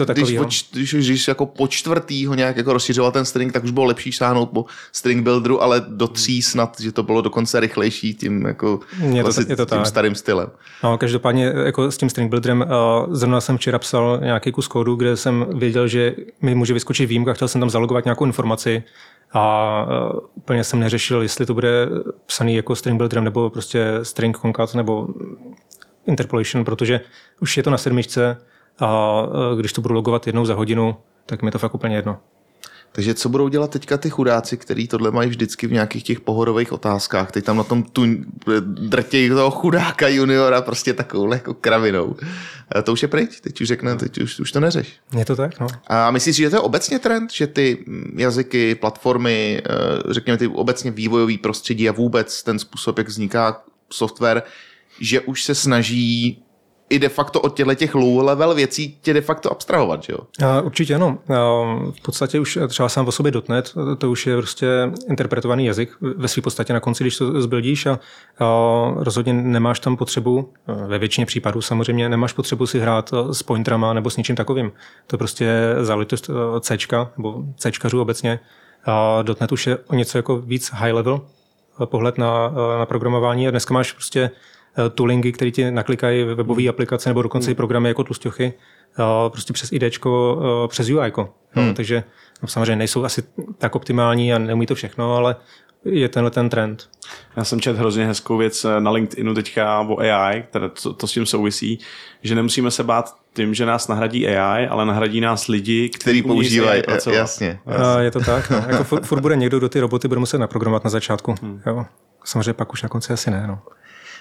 když jako po 4. ho nějak jako rozšiřoval ten string, tak už bylo lepší šáhnout po string builderu, ale do 3 snad, že to bylo dokonce rychlejší tím jako tím starým stylem. No, každopádně jako s tím string builderem zrovna jsem včera psal nějaký kus kódu, kde jsem věděl, že mi může vyskočit výjimka, chtěl jsem tam zalogovat nějakou informaci a úplně jsem neřešil, jestli to bude psaný jako string builderem nebo prostě string concat nebo interpolation, protože už je to na 7 a když to budu logovat jednou za hodinu, tak mi je to fakt úplně jedno. Takže co budou dělat teďka ty chudáci, kteří tohle mají vždycky v nějakých těch pohodových otázkách, teď tam na tom drtějí toho chudáka juniora prostě takovou jako kravinou. To už je pryč, teď už řekne, teď už to neřeš. Je to tak, no. A myslíš, že to je obecně trend, že ty jazyky, platformy, řekněme ty obecně vývojový prostředí a vůbec ten způsob, jak vzniká software, že už se snaží i de facto od těch low level věcí tě de facto abstrahovat, že jo? Určitě ano. V podstatě už třeba sám o sobě .NET, to už je prostě interpretovaný jazyk ve své podstatě na konci, když to zbuildíš a rozhodně nemáš tam potřebu, ve většině případů samozřejmě nemáš potřebu si hrát s pointerama nebo s něčím takovým. To je prostě záležitost Cčka nebo Cčkařů obecně. .NET už je o něco jako víc high level pohled na programování a dneska máš prostě toolingy, které ti naklikají webové aplikace nebo dokonce i programy jako tlusťochy prostě přes IDčko, přes UIko. Takže samozřejmě nejsou asi tak optimální a neumí to všechno, ale je tenhle ten trend. Já jsem četl hrozně hezkou věc na LinkedInu teďka o AI, které to s tím souvisí, že nemusíme se bát tím, že nás nahradí AI, ale nahradí nás lidi, kteří používají pracovat. Jasně. Je to tak. No. Jako furt bude někdo, kdo ty roboty bude muset naprogramovat na začátku. Jo. Samozřejmě pak už na konci asi ne. No.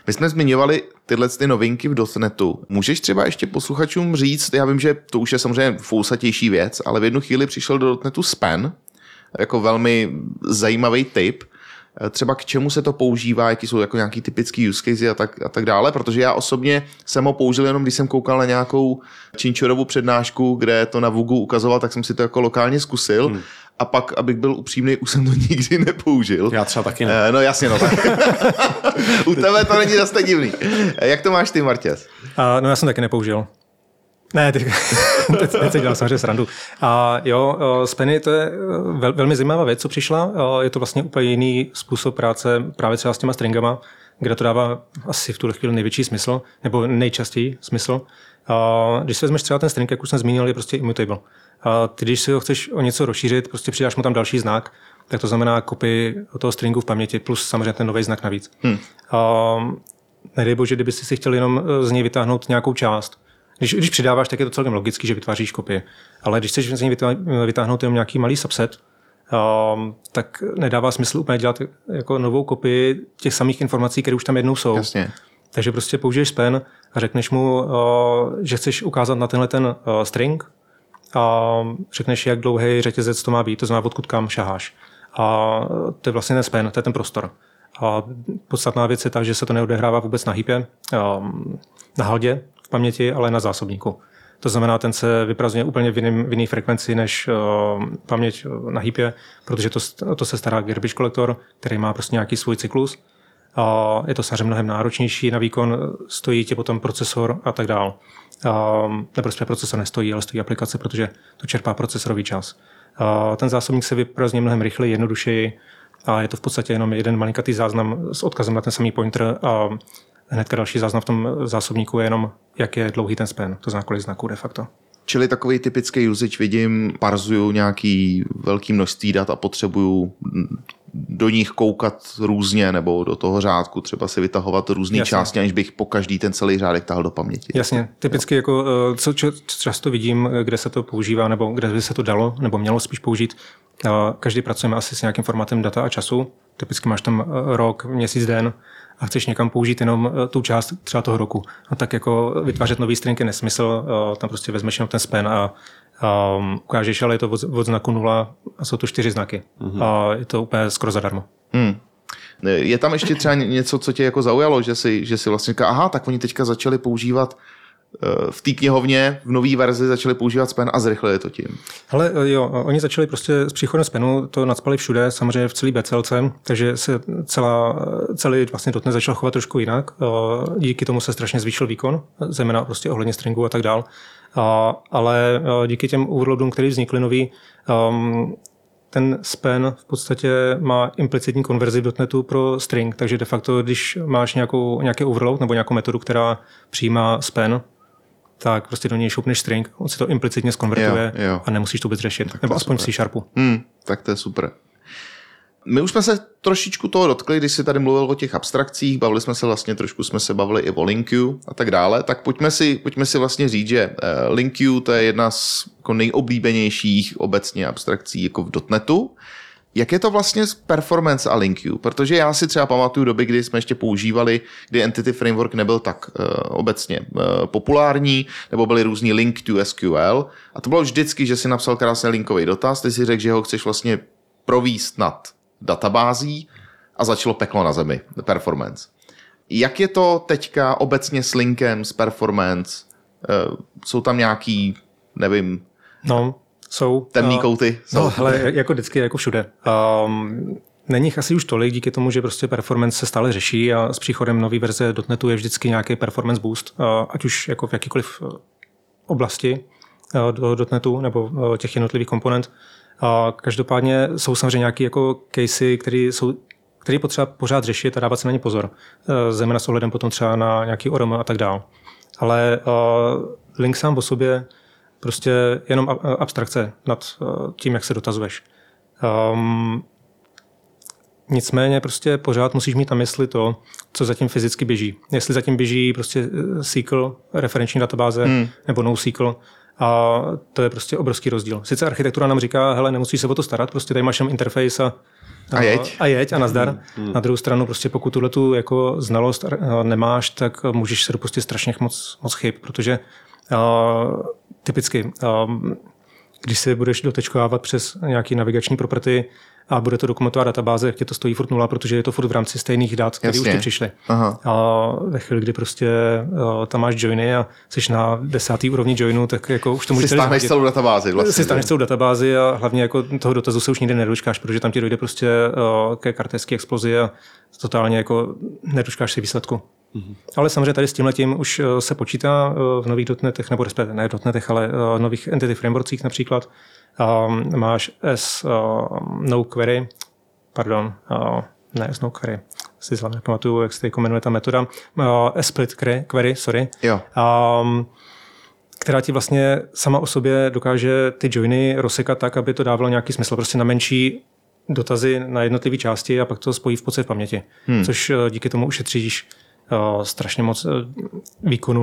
My jsme zmiňovali tyhle ty novinky v .NETu. Můžeš třeba ještě posluchačům říct, já vím, že to už je samozřejmě fousatější věc, ale v jednu chvíli přišel do .NETu Span, jako velmi zajímavý tip, třeba k čemu se to používá, jaký jsou jako nějaký typický use case a tak dále, protože já osobně jsem ho použil jenom, když jsem koukal na nějakou Činčorovu přednášku, kde to na Vugu ukazoval, tak jsem si to jako lokálně zkusil a pak, abych byl upřímný, už jsem to nikdy nepoužil. Já třeba taky ne. No jasně, no tak. U tebe to není zase tak divný. Jak to máš ty, Martěs? No já jsem taky nepoužil. Ne, teď se dělám samozřejmě srandu. A jo, Spany, to je velmi zajímavá věc, co přišla. Je to vlastně úplně jiný způsob práce právě třeba s těma stringama, kde to dává asi v tuhle chvíli největší smysl, nebo nejčastěji smysl. Když si vezmeš třeba ten string, jak už jsem zmínil, je prostě immutable. Ty, když si ho chceš o něco rozšířit, prostě přidáš mu tam další znak, tak to znamená kopii toho stringu v paměti plus samozřejmě ten nový znak navíc. Nedej bože, kdyby si chtěl jenom z něj vytáhnout nějakou část. Když přidáváš, tak je to celkem logicky, že vytváříš kopii. Ale když chceš z něj vytáhnout jenom nějaký malý subset, tak nedává smysl úplně dělat jako novou kopii těch samých informací, které už tam jednou jsou. Jasně. Takže prostě použiješ span a řekneš mu, že chceš ukázat na tenhle ten string a řekneš, jak dlouhý řetězec to má být, to znamená, odkud kam šaháš. A to je vlastně ten span, to je ten prostor. A podstatná věc je ta, že se to neodehrává vůbec na heapě, na haldě v paměti, ale na zásobníku. To znamená, ten se vyprazňuje úplně v jiné frekvenci než paměť na heapě, protože to se stará garbage collector, který má prostě nějaký svůj cyklus. A je to samozřejmě mnohem náročnější na výkon, stojí tě potom procesor a tak dál. Nebo procesor nestojí, ale stojí aplikace, protože to čerpá procesorový čas. Ten zásobník se vyprazňuje mnohem rychleji, jednodušeji a je to v podstatě jenom jeden malinkatý záznam s odkazem na ten samý pointer a hnedka další záznam v tom zásobníku je jenom, jak je dlouhý ten span, to znamená kolik znaků de facto. Čili takový typický usage vidím, parzuju nějaký velký množství dat a potřebuju do nich koukat různě nebo do toho řádku třeba si vytahovat různé části, aniž bych po každý ten celý řádek tahal do paměti. Jasně, typicky jako co často vidím, kde se to používá nebo kde by se to dalo nebo mělo spíš použít. Každý pracujeme asi s nějakým formátem data a času. Typicky máš tam rok, měsíc, den a chceš někam použít jenom tu část třeba toho roku. A tak jako vytvářet nový string je nesmysl, tam prostě vezmeš jenom ten span a ukážeš, ale je to od znaku 0 a jsou to 4 znaky. A je to úplně skoro zadarmo. Je tam ještě třeba něco, co tě jako zaujalo, že si vlastně říká, aha, tak oni teďka začali používat v té knihovně v nový verzi začali používat span a zrychlili to tím. Ale jo, oni začali prostě s příchodem spanu, to nacpali všude, samozřejmě v celý BCLC, takže se celý vlastně .NET začal chovat trošku jinak. Díky tomu se strašně zvýšil výkon, zejména prostě ohledně stringu a tak dál. Ale díky těm overloadům, které vznikly nový, ten span v podstatě má implicitní konverzi v .NETu pro string, takže de facto, když máš nějaký overload nebo nějakou metodu, která přijímá span, tak prostě do něj šoupneš string, on si to implicitně zkonvertuje a nemusíš to vůbec řešit. Tak nebo aspoň v C#. Tak to je super. My už jsme se trošičku toho dotkli, když jsi tady mluvil o těch abstrakcích, bavili jsme se vlastně trošku, jsme se bavili i o LINQ a tak dále, tak pojďme si vlastně říct, že LINQ to je jedna z jako nejoblíbenějších obecně abstrakcí jako v .NETu. Jak je to vlastně s performance a LINQ? Protože já si třeba pamatuju doby, kdy jsme ještě používali, kdy Entity Framework nebyl tak obecně populární, nebo byly různý link to SQL. A to bylo vždycky, že si napsal krásně linkový dotaz, ty si řekl, že ho chceš vlastně províst nad databází a začalo peklo na zemi, performance. Jak je to teďka obecně s linkem, s performance? Jsou tam nějaký, nevím... Jsou. Temný kouty. Ale jako vždycky, jako všude. Není jich asi už tolik, díky tomu, že prostě performance se stále řeší a s příchodem nové verze .NETu je vždycky nějaký performance boost, ať už jako v jakýkoliv oblasti do .NETu nebo těch jednotlivých komponent. Každopádně jsou samozřejmě nějaké jako casey, které potřeba pořád řešit a dávat se na ně pozor. Zejména s ohledem potom třeba na nějaký ORM a tak dál. Ale link sám o sobě prostě jenom abstrakce nad tím, jak se dotazuješ. Nicméně prostě pořád musíš mít na mysli to, co zatím fyzicky běží. Jestli zatím běží prostě SQL, referenční databáze, nebo NoSQL, a to je prostě obrovský rozdíl. Sice architektura nám říká, hele, nemusíš se o to starat, prostě tady máš jenom interface a A jeď a nazdar. Na druhou stranu prostě pokud tuhletu jako znalost nemáš, tak můžeš se dopustit strašně moc chyb, protože typicky, když si budeš dotečkovávat přes nějaký navigační property a bude to dokumentová databáze, jak tě to stojí furt nula, protože je to furt v rámci stejných dat, které už ti přišly. A ve chvíli, kdy prostě tam máš joiny a jsi na 10. úrovni joinu, tak jako už to můžeš stáhneš celou databázi. Vlastně. Si stáhneš celou databázi a hlavně jako toho dotazu se už nikdy nedočkáš, protože tam ti dojde prostě ke kartéské explozi a totálně jako nedočkáš si výsledku. Ale samozřejmě tady s tímhletím už se počítá v nových .NETech, nebo respektive ne .NETech, ale nových entity frameworkcích například. Máš S-NoQuery, si zrovna nepamatuju, jak se teď jmenuje ta metoda, split query, která ti vlastně sama o sobě dokáže ty joiny rozsekat tak, aby to dávalo nějaký smysl, prostě na menší dotazy na jednotlivé části a pak to spojí v podstatě v paměti, což díky tomu ušetříš strašně moc výkonu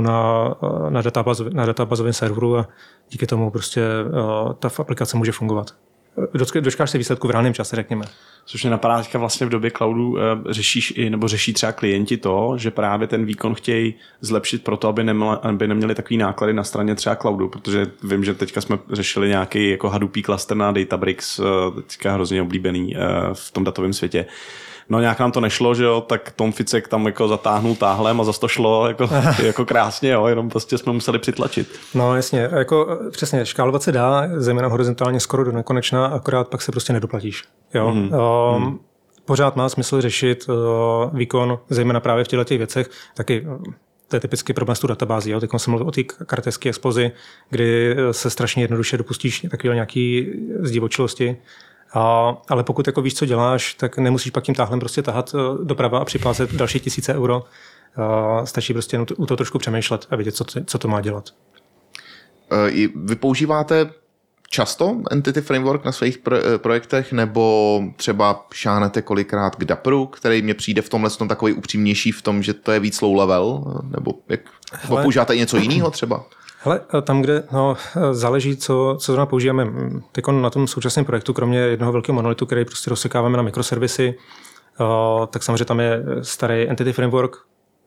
na databázovém serveru a díky tomu prostě ta aplikace může fungovat. Dočkáš se výsledku v reálném čase, řekněme. Což mě napadá teďka vlastně v době cloudu řeší třeba klienti to, že právě ten výkon chtějí zlepšit proto, aby neměli takový náklady na straně třeba cloudu, protože vím, že teďka jsme řešili nějaký jako Hadoop cluster na Databricks, teďka hrozně oblíbený v tom datovém světě. No nějak nám to nešlo, že jo, tak Tom Ficek tam jako zatáhnul táhlem a zase to šlo jako krásně, jo, jenom prostě jsme museli přitlačit. No jasně, jako přesně, škálovat se dá, zejména horizontálně skoro do nekonečna, akorát pak se prostě nedoplatíš, jo. Pořád má smysl řešit výkon, zejména právě v těchto věcech, taky to je typický problém s tu databází. Jo. Teď jsem mluvil o té kartéské explozi, kdy se strašně jednoduše dopustíš takové nějaké zdivočilosti. Ale pokud jako víš, co děláš, tak nemusíš pak tím táhlem prostě tahat doprava a připlácet další 1000 euro. Stačí prostě u toho trošku přemýšlet a vidět, co to má dělat. Vy používáte často Entity Framework na svých projektech, nebo třeba šáhnete kolikrát k Dapperu, který mně přijde v tomhle takový upřímnější v tom, že to je víc low level, nebo používáte i něco jiného třeba? Hele, tam, kde záleží, co zrovna používáme. Teď na tom současném projektu, kromě jednoho velkého monolitu, který prostě rozsekáváme na mikroservisy, tak samozřejmě tam je starý Entity Framework.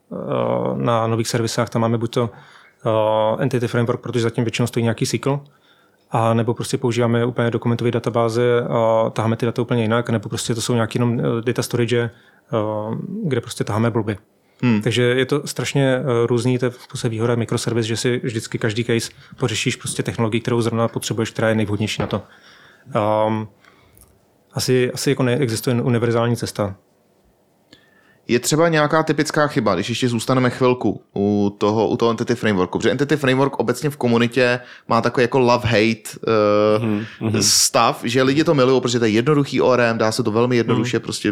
Na nových servisách tam máme buď to Entity Framework, protože zatím většinou stojí nějaký SQL, a nebo prostě používáme úplně dokumentové databáze a taháme ty data úplně jinak, nebo prostě to jsou nějaký jenom data storage, kde prostě taháme bloby. Takže je to strašně různý, to je v podstatě výhoda mikroservis, že si vždycky každý case pořešíš prostě technologii, kterou zrovna potřebuješ, která je nejvhodnější na to. Asi jako neexistuje univerzální cesta. Je třeba nějaká typická chyba, když ještě zůstaneme chvilku u toho Entity Frameworku, protože Entity Framework obecně v komunitě má takový jako love-hate stav, že lidi to milují, protože to je jednoduchý ORM, dá se to velmi jednoduše prostě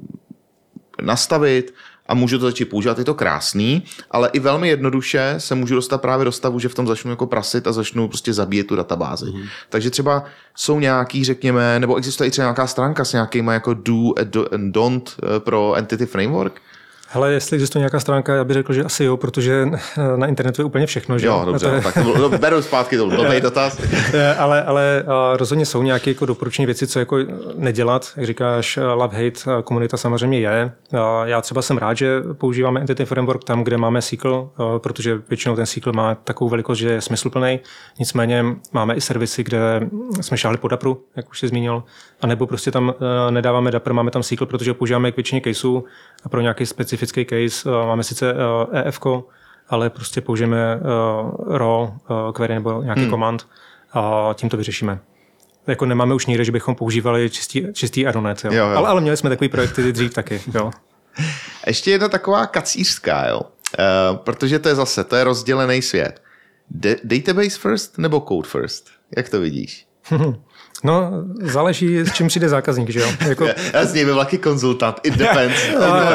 nastavit a můžu to začít používat, je to krásný, ale i velmi jednoduše se můžu dostat právě do stavu, že v tom začnu jako prasit a začnu prostě zabíjet tu databázi. Takže třeba jsou nějaký, řekněme, nebo existuje i třeba nějaká stránka s nějakýma jako do and don't pro Entity Framework? Hele, jestli existuje nějaká stránka, já bych řekl, že asi jo, protože na internetu je úplně všechno. Že? Jo, dobře, tak beru zpátky to blbej dotaz. ale rozhodně jsou nějaké jako doporučení věci, co jako nedělat. Jak říkáš, love-hate komunita samozřejmě je. Já třeba jsem rád, že používáme Entity Framework tam, kde máme SQL, protože většinou ten SQL má takovou velikost, že je smysluplný. Nicméně máme i servisy, kde jsme šáhli po Dapperu, jak už jsi zmínil, anebo prostě tam nedáváme Dapper, máme tam SQL, protože ho používáme k většině caseů a pro nějaký specifický case máme sice EF-ko, ale prostě použijeme raw query nebo nějaký command a tím to vyřešíme. Jako nemáme už nikde, že bychom používali čistý Aeronet, jo. Ale měli jsme takový projekty dřív taky. Jo. Ještě jedna taková kacířská, jo. Protože to je rozdělený svět. Database first nebo code first? Jak to vidíš? No, záleží, s čím přijde zákazník, že jo? Jako... Já s ním velký konzultant, it depends.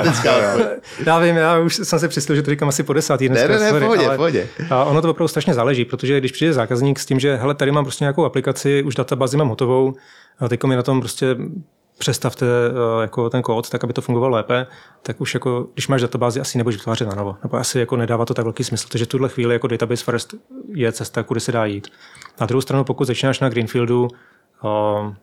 Já vím, já už jsem se přistil, že to říkám asi po 10. dneska. Ne, pohodě. A ono to opravdu strašně záleží, protože když přijde zákazník s tím, že hele, tady mám prostě nějakou aplikaci, už databázi mám hotovou, a teď mi na tom prostě přestavte jako ten kód, tak aby to fungovalo lépe, tak už jako, když máš databázi, asi nebudeš vytvářet na novo. Nebo asi jako nedává to tak velký smysl. Takže v tuhle chvíli jako database first je cesta, kudy se dá jít. Na druhou stranu, pokud začínáš na greenfieldu,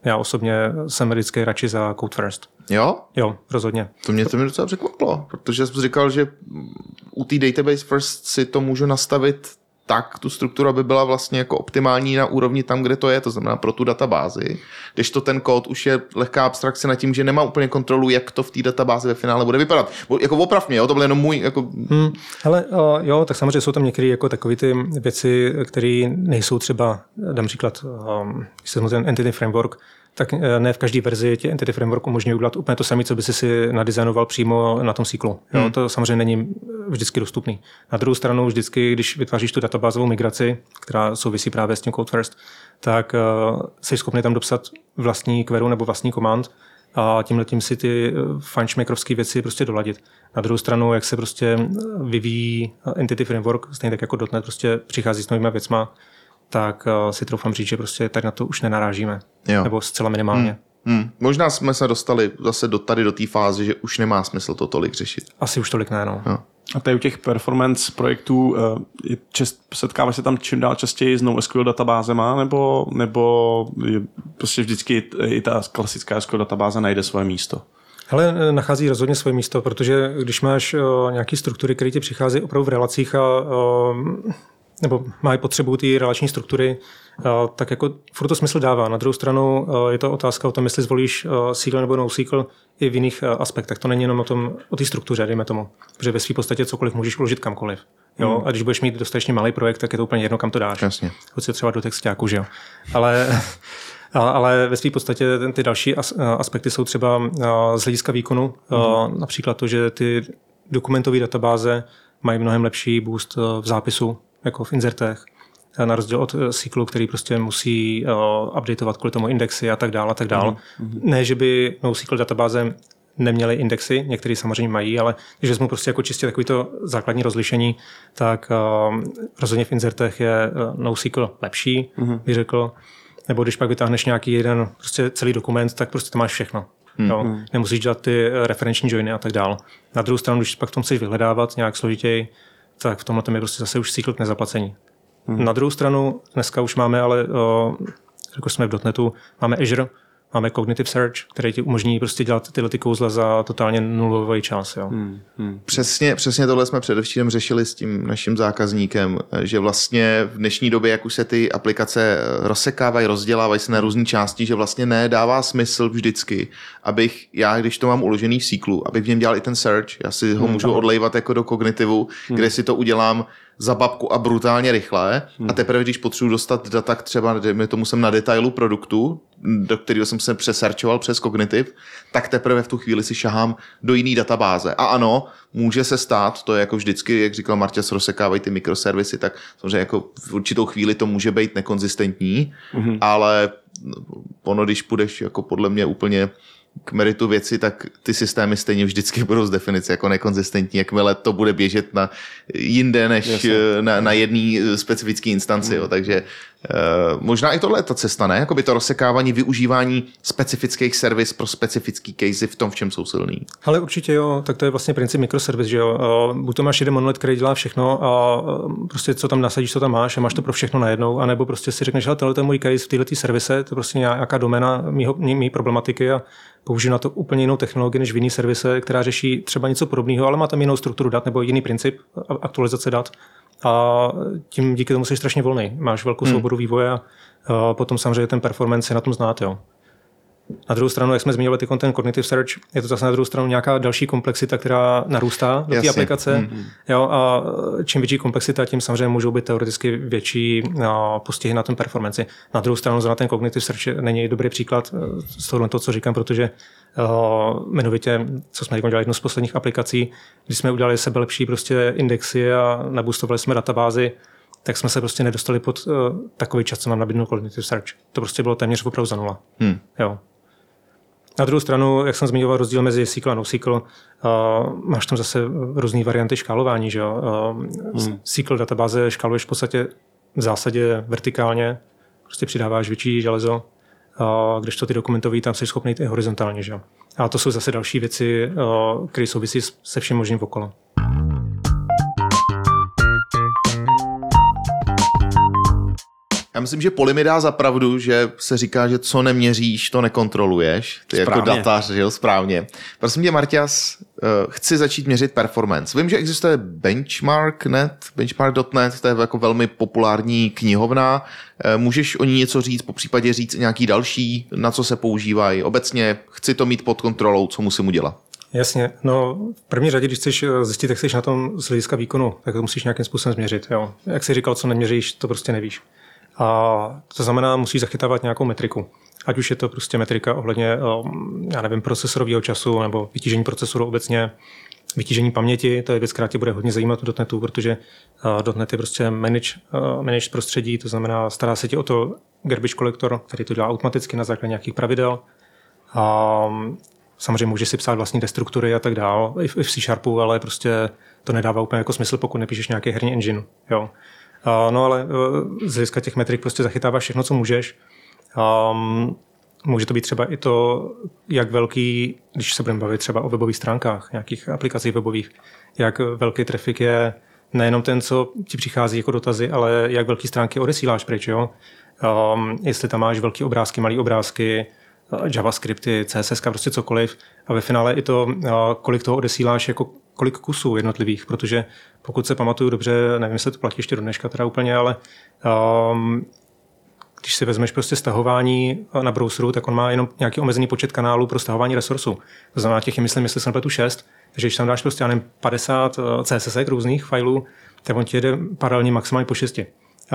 Já osobně jsem vždycky radši za Code First. Jo? Jo, rozhodně. To mě docela překvapilo, protože jsem říkal, že u té Database First si to můžu nastavit tak, tu strukturu, aby byla vlastně jako optimální na úrovni tam, kde to je, to znamená pro tu databázi. Když to ten kód už je lehká abstrakce nad tím, že nemá úplně kontrolu, jak to v té databázi ve finále bude vypadat. Jako oprav mě, jo, to byl jenom můj... Jako... Hele, jo, tak samozřejmě jsou tam některé jako takové ty věci, které nejsou třeba, dám příklad, když jsem ten Entity Framework, tak ne v každé verzi tě Entity Framework umožňuje udělat úplně to samé, co by si nadizajnoval přímo na tom SQLu. Jo, to samozřejmě není vždycky dostupný. Na druhou stranu vždycky, když vytváříš tu databázovou migraci, která souvisí právě s tím Code First, tak jsi schopný tam dopsat vlastní query nebo vlastní command a tímhletím si ty fajnšmekrovské věci prostě doladit. Na druhou stranu, jak se prostě vyvíjí Entity Framework, stejně tak jako .NET prostě přichází s novými věcma, tak si troufám říct, že prostě tady na to už nenarážíme. Jo. Nebo zcela minimálně. Možná jsme se dostali zase tady do té fáze, že už nemá smysl to tolik řešit. Asi už tolik ne, no. Jo. A tady u těch performance projektů setkáváš se tam čím dál častěji s NoSQL databázema, nebo prostě vždycky i ta klasická SQL databáze najde svoje místo? Hele, nachází rozhodně svoje místo, protože když máš nějaké struktury, které ti přichází opravdu v relacích nebo mají potřebu ty relační struktury, tak jako furt to smysl dává. Na druhou stranu je to otázka o tom, jestli zvolíš SQL nebo NoSQL i v jiných aspektech. To není jenom o té struktuře, dejme tomu. Protože ve své podstatě cokoliv můžeš uložit kamkoliv. Jo? A když budeš mít dostatečně malý projekt, tak je to úplně jedno, kam to dáš. Jasně. Hoď se třeba do textáku, že jo. Ale ve své podstatě ty další aspekty jsou třeba z hlediska výkonu. Například to, že ty dokumentové databáze mají mnohem lepší boost v zápisu, jako v inzertech, na rozdíl od SQLu, který prostě musí updateovat kvůli tomu indexy a tak dále. Ne, že by NoSQL databáze neměly indexy, některý samozřejmě mají, ale když vezmu prostě jako čistě takovýto základní rozlišení, tak rozhodně v inzertech je NoSQL lepší, bych řekl. Nebo když pak vytáhneš nějaký jeden prostě celý dokument, tak prostě to máš všechno. Jo? Nemusíš dělat ty referenční joiny a tak dále. Na druhou stranu, když pak v tom chceš vyhledávat nějak složitěji, tak v tomhle je prostě zase už SQL k nezaplacení. Na druhou stranu dneska už máme, ale jako jsme v .NETu, máme Azure, máme Cognitive Search, který ti umožní prostě dělat tyhle ty kouzla za totálně nulový čas. Jo. Přesně tohle jsme především řešili s tím naším zákazníkem, že vlastně v dnešní době, jak už se ty aplikace rozsekávají, rozdělávají se na různé části, že vlastně nedává smysl vždycky, abych já, když to mám uložený v SQLu, abych v něm dělal i ten search, já si ho můžu odlejvat jako do kognitivu, kde si to udělám za babku a brutálně rychle a teprve, když potřebuji dostat data, třeba tomu jsem na detailu produktu, do kterého jsem se přesarčoval přes kognitiv, tak teprve v tu chvíli si šahám do jiný databáze. A ano, může se stát, to je jako vždycky, jak říkal Marta, rozsekávají ty mikroservisy, tak samozřejmě jako v určitou chvíli to může být nekonzistentní, ale ono, když půjdeš jako podle mě úplně k meritu věci, tak ty systémy stejně vždycky budou z definice jako nekonzistentní, jakmile to bude běžet na jinde než na jedné specifické instanci. Jo. Takže možná i tohle je ta cesta, ne? Jakoby to rozsekávání, využívání specifických servis pro specifický casey v tom, v čem jsou silný. Ale určitě jo, tak to je vlastně princip mikroservis, že jo. Buď to máš jeden monolit, který dělá všechno a prostě co tam nasadíš, co tam máš a máš to pro všechno najednou, anebo prostě si řekneš, že tohle je můj case v této servise, to je prostě nějaká doména mý problematiky a použiju na to úplně jinou technologii než v jiný servise, která řeší třeba něco podobného, ale má tam jinou strukturu dat nebo jiný princip aktualizace dat. A tím díky tomu jsi strašně volný. Máš velkou svobodu vývoje a potom samozřejmě ten performance je na tom znát. Jo. Na druhou stranu, jak jsme zmiňovali ten Cognitive Search, je to zase na druhou stranu nějaká další komplexita, která narůstá do té aplikace. Jo, a čím větší komplexita, tím samozřejmě můžou být teoreticky větší postihy na ten performance. Na druhou stranu, zrovna ten Cognitive Search není dobrý příklad z toho, co říkám, protože jmenovitě, co jsme dělali jednu z posledních aplikací, když jsme udělali sebelepší prostě indexy a naboostovali jsme databázy, tak jsme se prostě nedostali pod takový čas, co nám nabídnul Cognitive Search. To prostě bylo téměř opravdu za nula. Jo. Na druhou stranu, jak jsem zmiňoval rozdíl mezi SQL a NoSQL, máš tam zase různé varianty škálování. Že jo? SQL databáze škáluješ v podstatě v zásadě vertikálně, prostě přidáváš větší železo, když to ty dokumentový, tam jsi schopný jít i horizontálně. Že jo? A to jsou zase další věci, které souvisí se vším možným okolo. myslím, že Poli mi dá za pravdu, že se říká, že co neměříš, to nekontroluješ. Ty správně. Jako datař, že jo, správně. Prosím tě, Marťas, chci začít měřit performance. Vím, že existuje benchmark.net, to je jako velmi populární knihovna. Můžeš o ní něco říct, popřípadě říct nějaký další, na co se používají? Obecně chci to mít pod kontrolou, co musím udělat? Jasně, no v první řadě, když chceš zjistit, jak jsi na tom z hlediska výkonu, tak to musíš nějakým způsobem změřit. Jo. Jak jsi říkal, co neměříš, to prostě nevíš. A to znamená, musíš zachytávat nějakou metriku. Ať už je to prostě metrika ohledně, já nevím, procesorového času nebo vytížení procesoru obecně, vytížení paměti, to je věc, která tě bude hodně zajímat u .NETu, protože .NET je prostě managed prostředí, to znamená, stará se ti o to garbage collector, který to dělá automaticky na základě nějakých pravidel. Samozřejmě můžeš si psát vlastní destruktory a tak dál, i v C#, ale prostě to nedává úplně jako smysl, pokud nepíšeš nějaký herní engine. Jo. No ale z hlediska těch metrik prostě zachytáváš všechno, co můžeš. Může to být třeba i to, jak velký, když se budeme bavit třeba o webových stránkách, nějakých aplikací webových, jak velký trafik je nejenom ten, co ti přichází jako dotazy, ale jak velký stránky odesíláš pryč. Jo. Jestli tam máš velký obrázky, malý obrázky, JavaScripty, CSS, prostě cokoliv. A ve finále i to, kolik toho odesíláš, jako kolik kusů jednotlivých, protože pokud se pamatuju dobře, nevím, jestli to platí ještě do dneška teda úplně, ale když si vezmeš prostě stahování na browseru, tak on má jenom nějaký omezený počet kanálů pro stahování resursů. To znamená, těch je, myslím, jestli se nepletu 6, takže když tam dáš prostě, já nevím, 50 CSS různých filů, tak on ti jede paralelně maximálně po 6.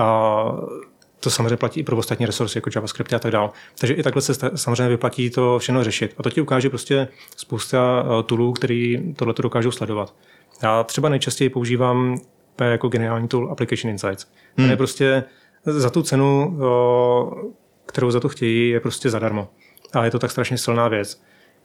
To samozřejmě platí i pro ostatní resursy, jako JavaScript a tak dále. Takže i takhle se samozřejmě vyplatí to všechno řešit. A to ti ukáže prostě spousta toolů, který tohleto dokážou sledovat. Já třeba nejčastěji používám jako geniální tool Application Insights. Ten je prostě za tu cenu, kterou za to chtějí, je prostě zadarmo. A je to tak strašně silná věc.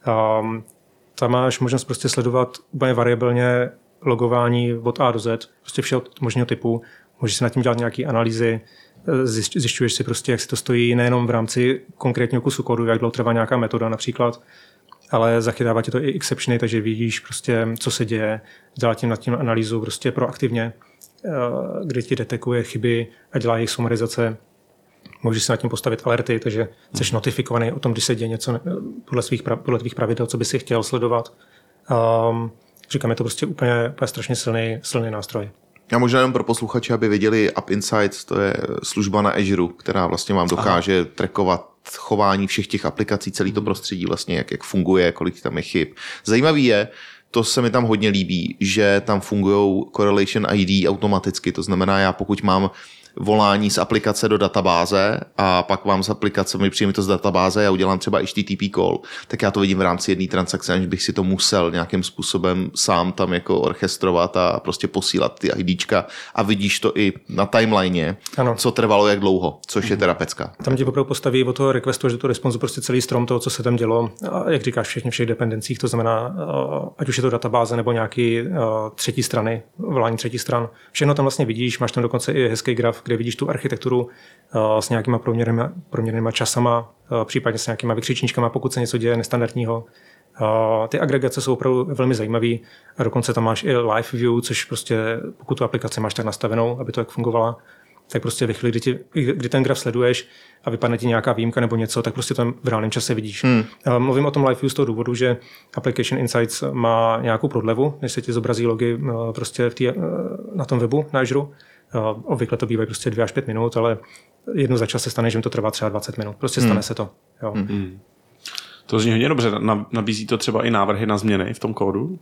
Tam máš možnost prostě sledovat úplně variabilně logování od A do Z, prostě všeho možného typu. Můžeš si nad tím dělat nějaké analýzy, zjišťuješ si prostě, jak si to stojí nejenom v rámci konkrétního kusu kódu, jak dlouho trvá nějaká metoda například, ale zachytává ti to i exceptiony, takže vidíš prostě, co se děje, dělá tím nad tím analýzu prostě proaktivně, kdy ti detekuje chyby a dělá jejich sumarizace. Můžeš si nad tím postavit alerty, takže jsi notifikovaný o tom, když se děje něco podle tvých pravidel, co by si chtěl sledovat. Říkám, je to prostě úplně strašně silný nástroj. Já možná jenom pro posluchače, aby věděli App Insights, to je služba na Azure, která vlastně vám dokáže trackovat chování všech těch aplikací, celý to prostředí vlastně, jak funguje, kolik tam je chyb. Zajímavý je, to se mi tam hodně líbí, že tam fungují correlation ID automaticky, to znamená, já pokud mám volání z aplikace do databáze a pak vám z aplikace mi přijme to z databáze, já udělám třeba HTTP call, tak já to vidím v rámci jedné transakce, aniž bych si to musel nějakým způsobem sám tam jako orchestrovat a prostě posílat ty IDčka a vidíš to i na timeline, co trvalo jak dlouho, což je teda pecka. Tam ti opravdu postaví od toho requestu až do toho responsu prostě celý strom toho, co se tam dělo, a jak říkáš, všech dependencích, to znamená, ať už je to databáze nebo nějaký třetí strany, volání třetí stran. Všechno tam vlastně vidíš, máš tam dokonce i hezký graf, kde vidíš tu architekturu s nějakýma proměrnýma časama, případně s nějakýma vykřičníčkama, pokud se něco děje nestandardního. Ty agregace jsou opravdu velmi zajímavé a dokonce tam máš i live view, což prostě pokud tu aplikaci máš tak nastavenou, aby to jak fungovala, tak prostě ve chvíli, kdy ten graf sleduješ a vypadne ti nějaká výjimka nebo něco, tak prostě tam v reálném čase vidíš. Mluvím o tom live view z toho důvodu, že Application Insights má nějakou prodlevu, než se ti zobrazí logy prostě na tom webu na Azure. Obvykle to bývají prostě 2 až 5 minut, ale jednou za čas se stane, že jim to trvá třeba 20 minut. Prostě stane se to. Jo. To zní hodně dobře. Nabízí to třeba i návrhy na změny v tom kódu?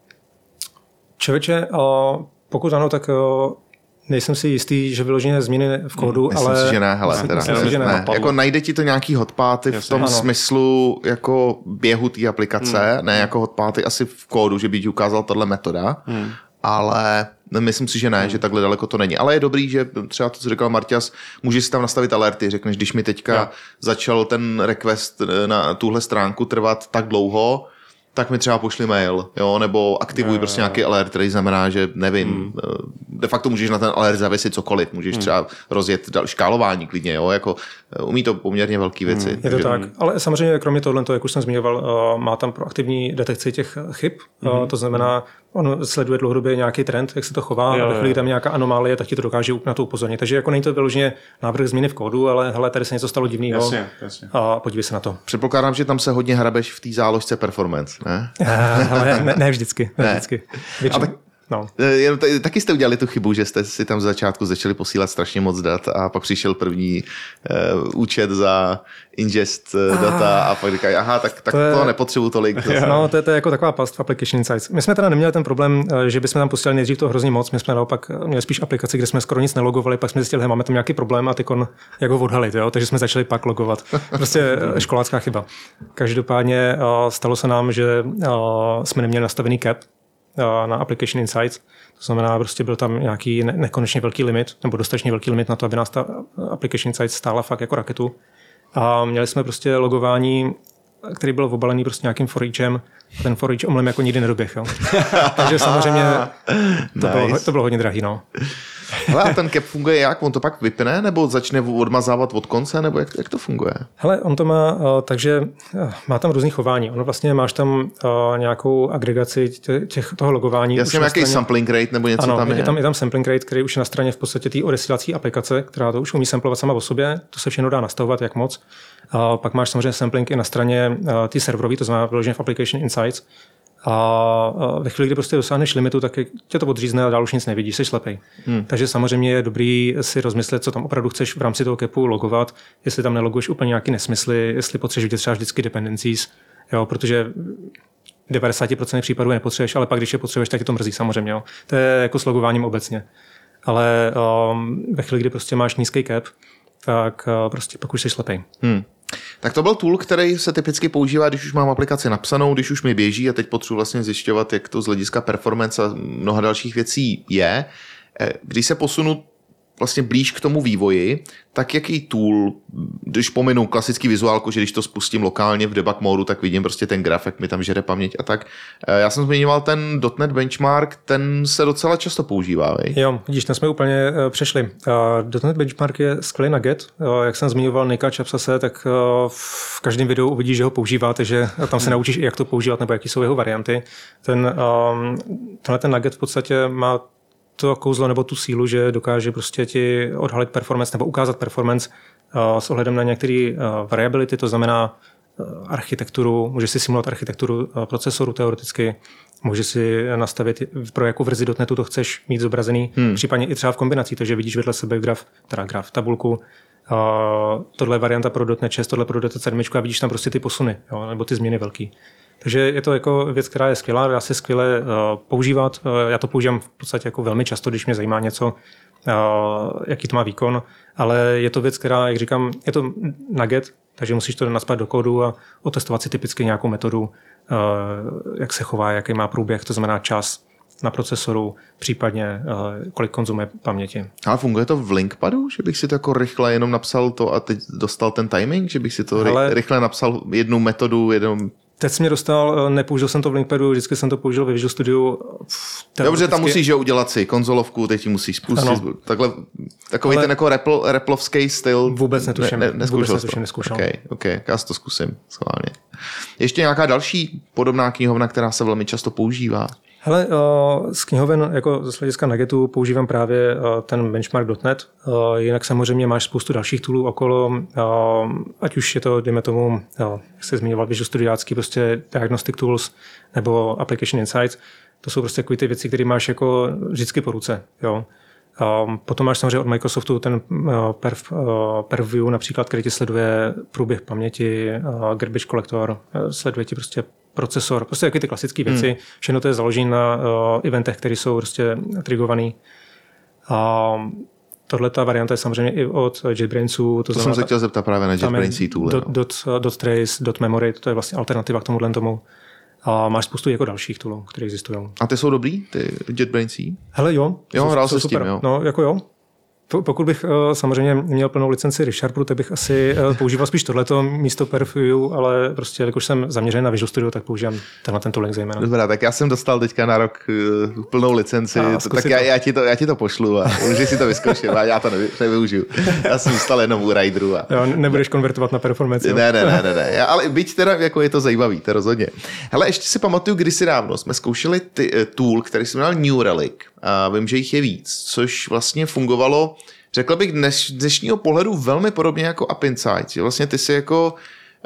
Člověče, pokud ano, tak nejsem si jistý, že vyloženě změny v kódu, myslím ale... si, že ne, hele, ne. Jako najde ti to nějaký hotpáty v tom smyslu jako běhu té aplikace, ne jako hotpáty asi v kódu, že by ti ukázal tahle metoda, ale myslím si, že ne, že takhle daleko to není. Ale je dobrý, že třeba to, co říkal Marťas, můžeš si tam nastavit alerty. Řekneš, když mi teďka začal ten request na tuhle stránku trvat tak dlouho, tak mi třeba pošli mail, jo, nebo aktivuj prostě nějaký alert, který znamená, že nevím, de facto můžeš na ten alert zavěsit cokoliv, můžeš třeba rozjet škálování klidně, jo, jako umí to poměrně velké věci. Je to tak, ale samozřejmě kromě tohle, jak už jsem zmiňoval, má tam proaktivní detekci těch chyb, to znamená, on sleduje dlouhodobě nějaký trend, jak se to chová, a ve chvíli tam nějaká anomálie, tak ti to dokáže na to upozornit. Takže jako není to vyloženě návrh změny v kódu, ale hele, tady se něco stalo divného a podívej se na to. Předpokládám, že tam se hodně hrabeš v té záložce performance, ne? Ale ne vždycky. No. Taky jste udělali tu chybu, že jste si tam z začátku začali posílat strašně moc dat a pak přišel první účet za ingest data a pak říkají, aha, tak to nepotřebuji tolik. No, to je jako taková past v Application Insights. My jsme teda neměli ten problém, že bychom tam posílali nejdřív to hrozně moc, my jsme naopak měli spíš aplikaci, kde jsme skoro nic nelogovali, pak jsme zjistili, že máme tam nějaký problém a tykon jak ho odhalit, jo? Takže jsme začali pak logovat. Prostě školácká chyba. Každopádně stalo se nám, že jsme neměli nastavený cap na Application Insights. To znamená, prostě byl tam nějaký nekonečně velký limit, nebo dostatečně velký limit na to, aby nás ta Application Insights stála fakt jako raketu. A měli jsme prostě logování, který byl obalený prostě nějakým for eachem a ten for each omlem jako nikdy nedoběh. Jo. Takže samozřejmě to bylo hodně drahý. No. Hele, a ten cap funguje jak? On to pak vypne nebo začne odmazávat od konce, nebo jak to funguje? Hele, on to má, takže má tam různý chování. Ono vlastně máš tam nějakou agregaci toho logování. Jasně, nějaký sampling rate nebo něco ano, tam je? Je tam sampling rate, který už je na straně v podstatě té odesílací aplikace, která to už umí samplovat sama o sobě. To se všechno dá nastavovat, jak moc. A pak máš samozřejmě sampling i na straně ty serverový, to znamená vyloženě v Application Insights. A ve chvíli, kdy prostě dosáhneš limitu, tak tě to odřízne a dál už nic nevidíš, jsi slepej. Takže samozřejmě je dobrý si rozmyslet, co tam opravdu chceš v rámci toho capu logovat, jestli tam neloguješ úplně nějaký nesmysly, jestli potřebuješ vidět třeba vždycky dependencies, jo, protože 90% případů je nepotřebuješ, ale pak, když je potřebuješ, tak tě to mrzí samozřejmě. Jo. To je jako s logováním obecně. Ale ve chvíli, kdy prostě máš nízký cap, tak prostě pak už jsi slepej. Tak to byl tool, který se typicky používá, když už mám aplikaci napsanou, když už mi běží a teď potřebuji vlastně zjišťovat, jak to z hlediska performance a mnoha dalších věcí je. Když se posunu vlastně blíž k tomu vývoji, tak jaký tool, když pominu klasický vizuálku, že když to spustím lokálně v debug módu, tak vidím prostě ten graf, jak mi tam žere paměť a tak. Já jsem zmiňoval ten .NET Benchmark, ten se docela často používá, vej? Jo, vidíš, tam jsme úplně přešli. .NET Benchmark je skvělý nugget. Jak jsem zmiňoval Nika Chapsase, tak v každém videu uvidíš, že ho používá, takže tam se naučíš, jak to používat nebo jaký jsou jeho varianty. Tenhle ten nugget v podstatě má to kouzlo nebo tu sílu, že dokáže prostě ti odhalit performance nebo ukázat performance s ohledem na některé variability, to znamená architekturu, může si simulovat architekturu procesoru teoreticky, může si nastavit, pro jakou verzi .NETu to chceš mít zobrazený, případně i třeba v kombinaci, takže vidíš vedle sebe graf, tabulku, tohle je varianta pro .NET 6, tohle pro .NET 7 a vidíš tam prostě ty posuny, jo, nebo ty změny velký. Takže je to jako věc, která je skvělá, dá se skvěle používat. Já to používám v podstatě jako velmi často, když mě zajímá něco, jaký to má výkon, ale je to věc, která, jak říkám, je to nugget, takže musíš to naspat do kódu a otestovat si typicky nějakou metodu, jak se chová, jaký má průběh, to znamená čas na procesoru, případně kolik konzumuje paměti. Ale funguje to v linkpadu, že bych si to jako rychle jenom napsal to a teď dostal ten timing, že bych si to rychle napsal jednu metodu, Teď jsi mě dostal, nepoužil jsem to v Linkpadu, vždycky jsem to použil ve Visual Studio. Dobře, tam musíš udělat si konzolovku, teď ji musíš spustit. Takový ten jako replovský styl. Vůbec netuším. Neskoušel. OK, já si to zkusím schválně. Ještě nějaká další podobná knihovna, která se velmi často používá? Hele, z knihoven jako z hlediska nuggetu používám právě ten benchmark.net. Jinak samozřejmě máš spoustu dalších toolů okolo, ať už je to, dejme tomu, jak se zmiňoval, Visual Studiácký, prostě Diagnostic Tools nebo Application Insights. To jsou prostě takové ty věci, které máš jako vždycky po ruce. Jo. Potom máš samozřejmě od Microsoftu ten Purview například, který ti sleduje průběh paměti, garbage collector, sleduje ti prostě procesor, prostě jaké ty klasické věci. Všechno to je založené na eventech, které jsou prostě trigovaný. Tohle ta varianta je samozřejmě i od JetBrainsu. To jsem se chtěl zeptat právě na JetBrains tool. .trace, .memory, to je vlastně alternativa k tomuhle tomu. A máš spoustu jako dalších toolů, které existují. A ty jsou dobrý, ty JetBrains? Hele jo. Jo, hrál se s tím, jo. No, jako jo. Pokud bych samozřejmě měl plnou licenci ReSharperu, tak bych asi používal spíš tohleto místo Perfview, ale prostě, jakož jsem zaměřen na Visual Studio, tak používám ten tooling zejména. Dobrá, tak já jsem dostal teďka na rok plnou licenci, tak já ti to pošlu a můžeš si to vyzkoušet, a já to nevyužiju. Já jsem dostal jenom u Rideru. Jo, nebudeš konvertovat na performance. Ne. Ale byť teda jako je to zajímavý, to rozhodně. Hele, ještě si pamatuju, kdysi dávno jsme zkoušeli tool, který se jmenoval New Relic. A vím, že jich je víc, což vlastně fungovalo, řekl bych z dnešního pohledu velmi podobně jako App Insight. Vlastně ty si jako,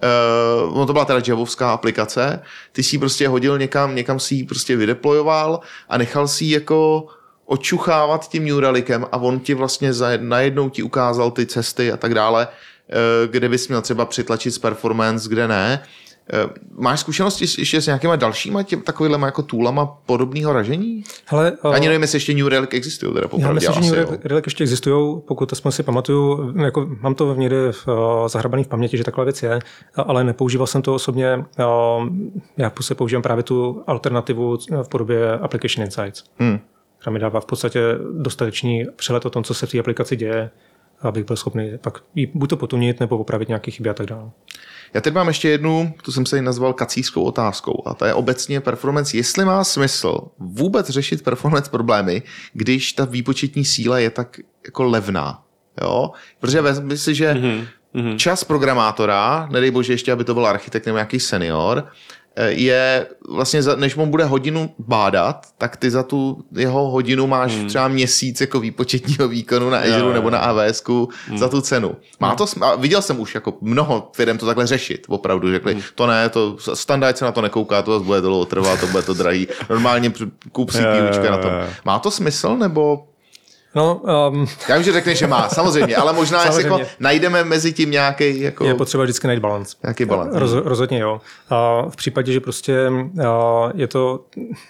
to byla teda javovská aplikace, ty si ji prostě hodil někam si ji prostě vydeployoval a nechal si ji jako očuchávat tím New Relicem a on ti vlastně najednou ti ukázal ty cesty a tak dále, kde bys měl třeba přitlačit z performance, kde ne. Máš zkušenosti ještě s nějakýma dalšíma takovýhlema jako toolama podobného ražení? Hele, ani nevím, jestli ještě New Relic existují. Já myslím, že New Relic ještě existují, pokud aspoň si pamatuju, jako mám to někde zahrabaný v paměti, že taková věc je, ale nepoužíval jsem to osobně. Já používám právě tu alternativu v podobě Application Insights, která mi dává v podstatě dostatečný přehled o tom, co se v té aplikaci děje, abych byl schopný pak buď to potunit, nebo opravit nějaké chyby a tak dále. Já teď mám ještě jednu, tu jsem se ji nazval kacířskou otázkou, a to je obecně performance. Jestli má smysl vůbec řešit performance problémy, když ta výpočetní síla je tak jako levná. Jo? Protože vezmi si, že čas programátora, nedej bože ještě, aby to byl architekt nebo nějaký senior, je vlastně, než mu bude hodinu bádat, tak ty za tu jeho hodinu máš třeba měsíc jako výpočetního výkonu na Azure nebo na AWSku za tu cenu. Má to, viděl jsem už jako mnoho firem to takhle řešit, opravdu řekli, to ne, to standard se na to nekouká, to bude dlouho trvat, to bude to drahý, normálně kup si pílučka na tom. Má to smysl, nebo... No, já vím, že řekneš, že má, samozřejmě, ale možná jako najdeme mezi tím nějaký... Jako... Je potřeba vždycky najít balans. Nějaký balans. Rozhodně jo. V případě, že prostě je to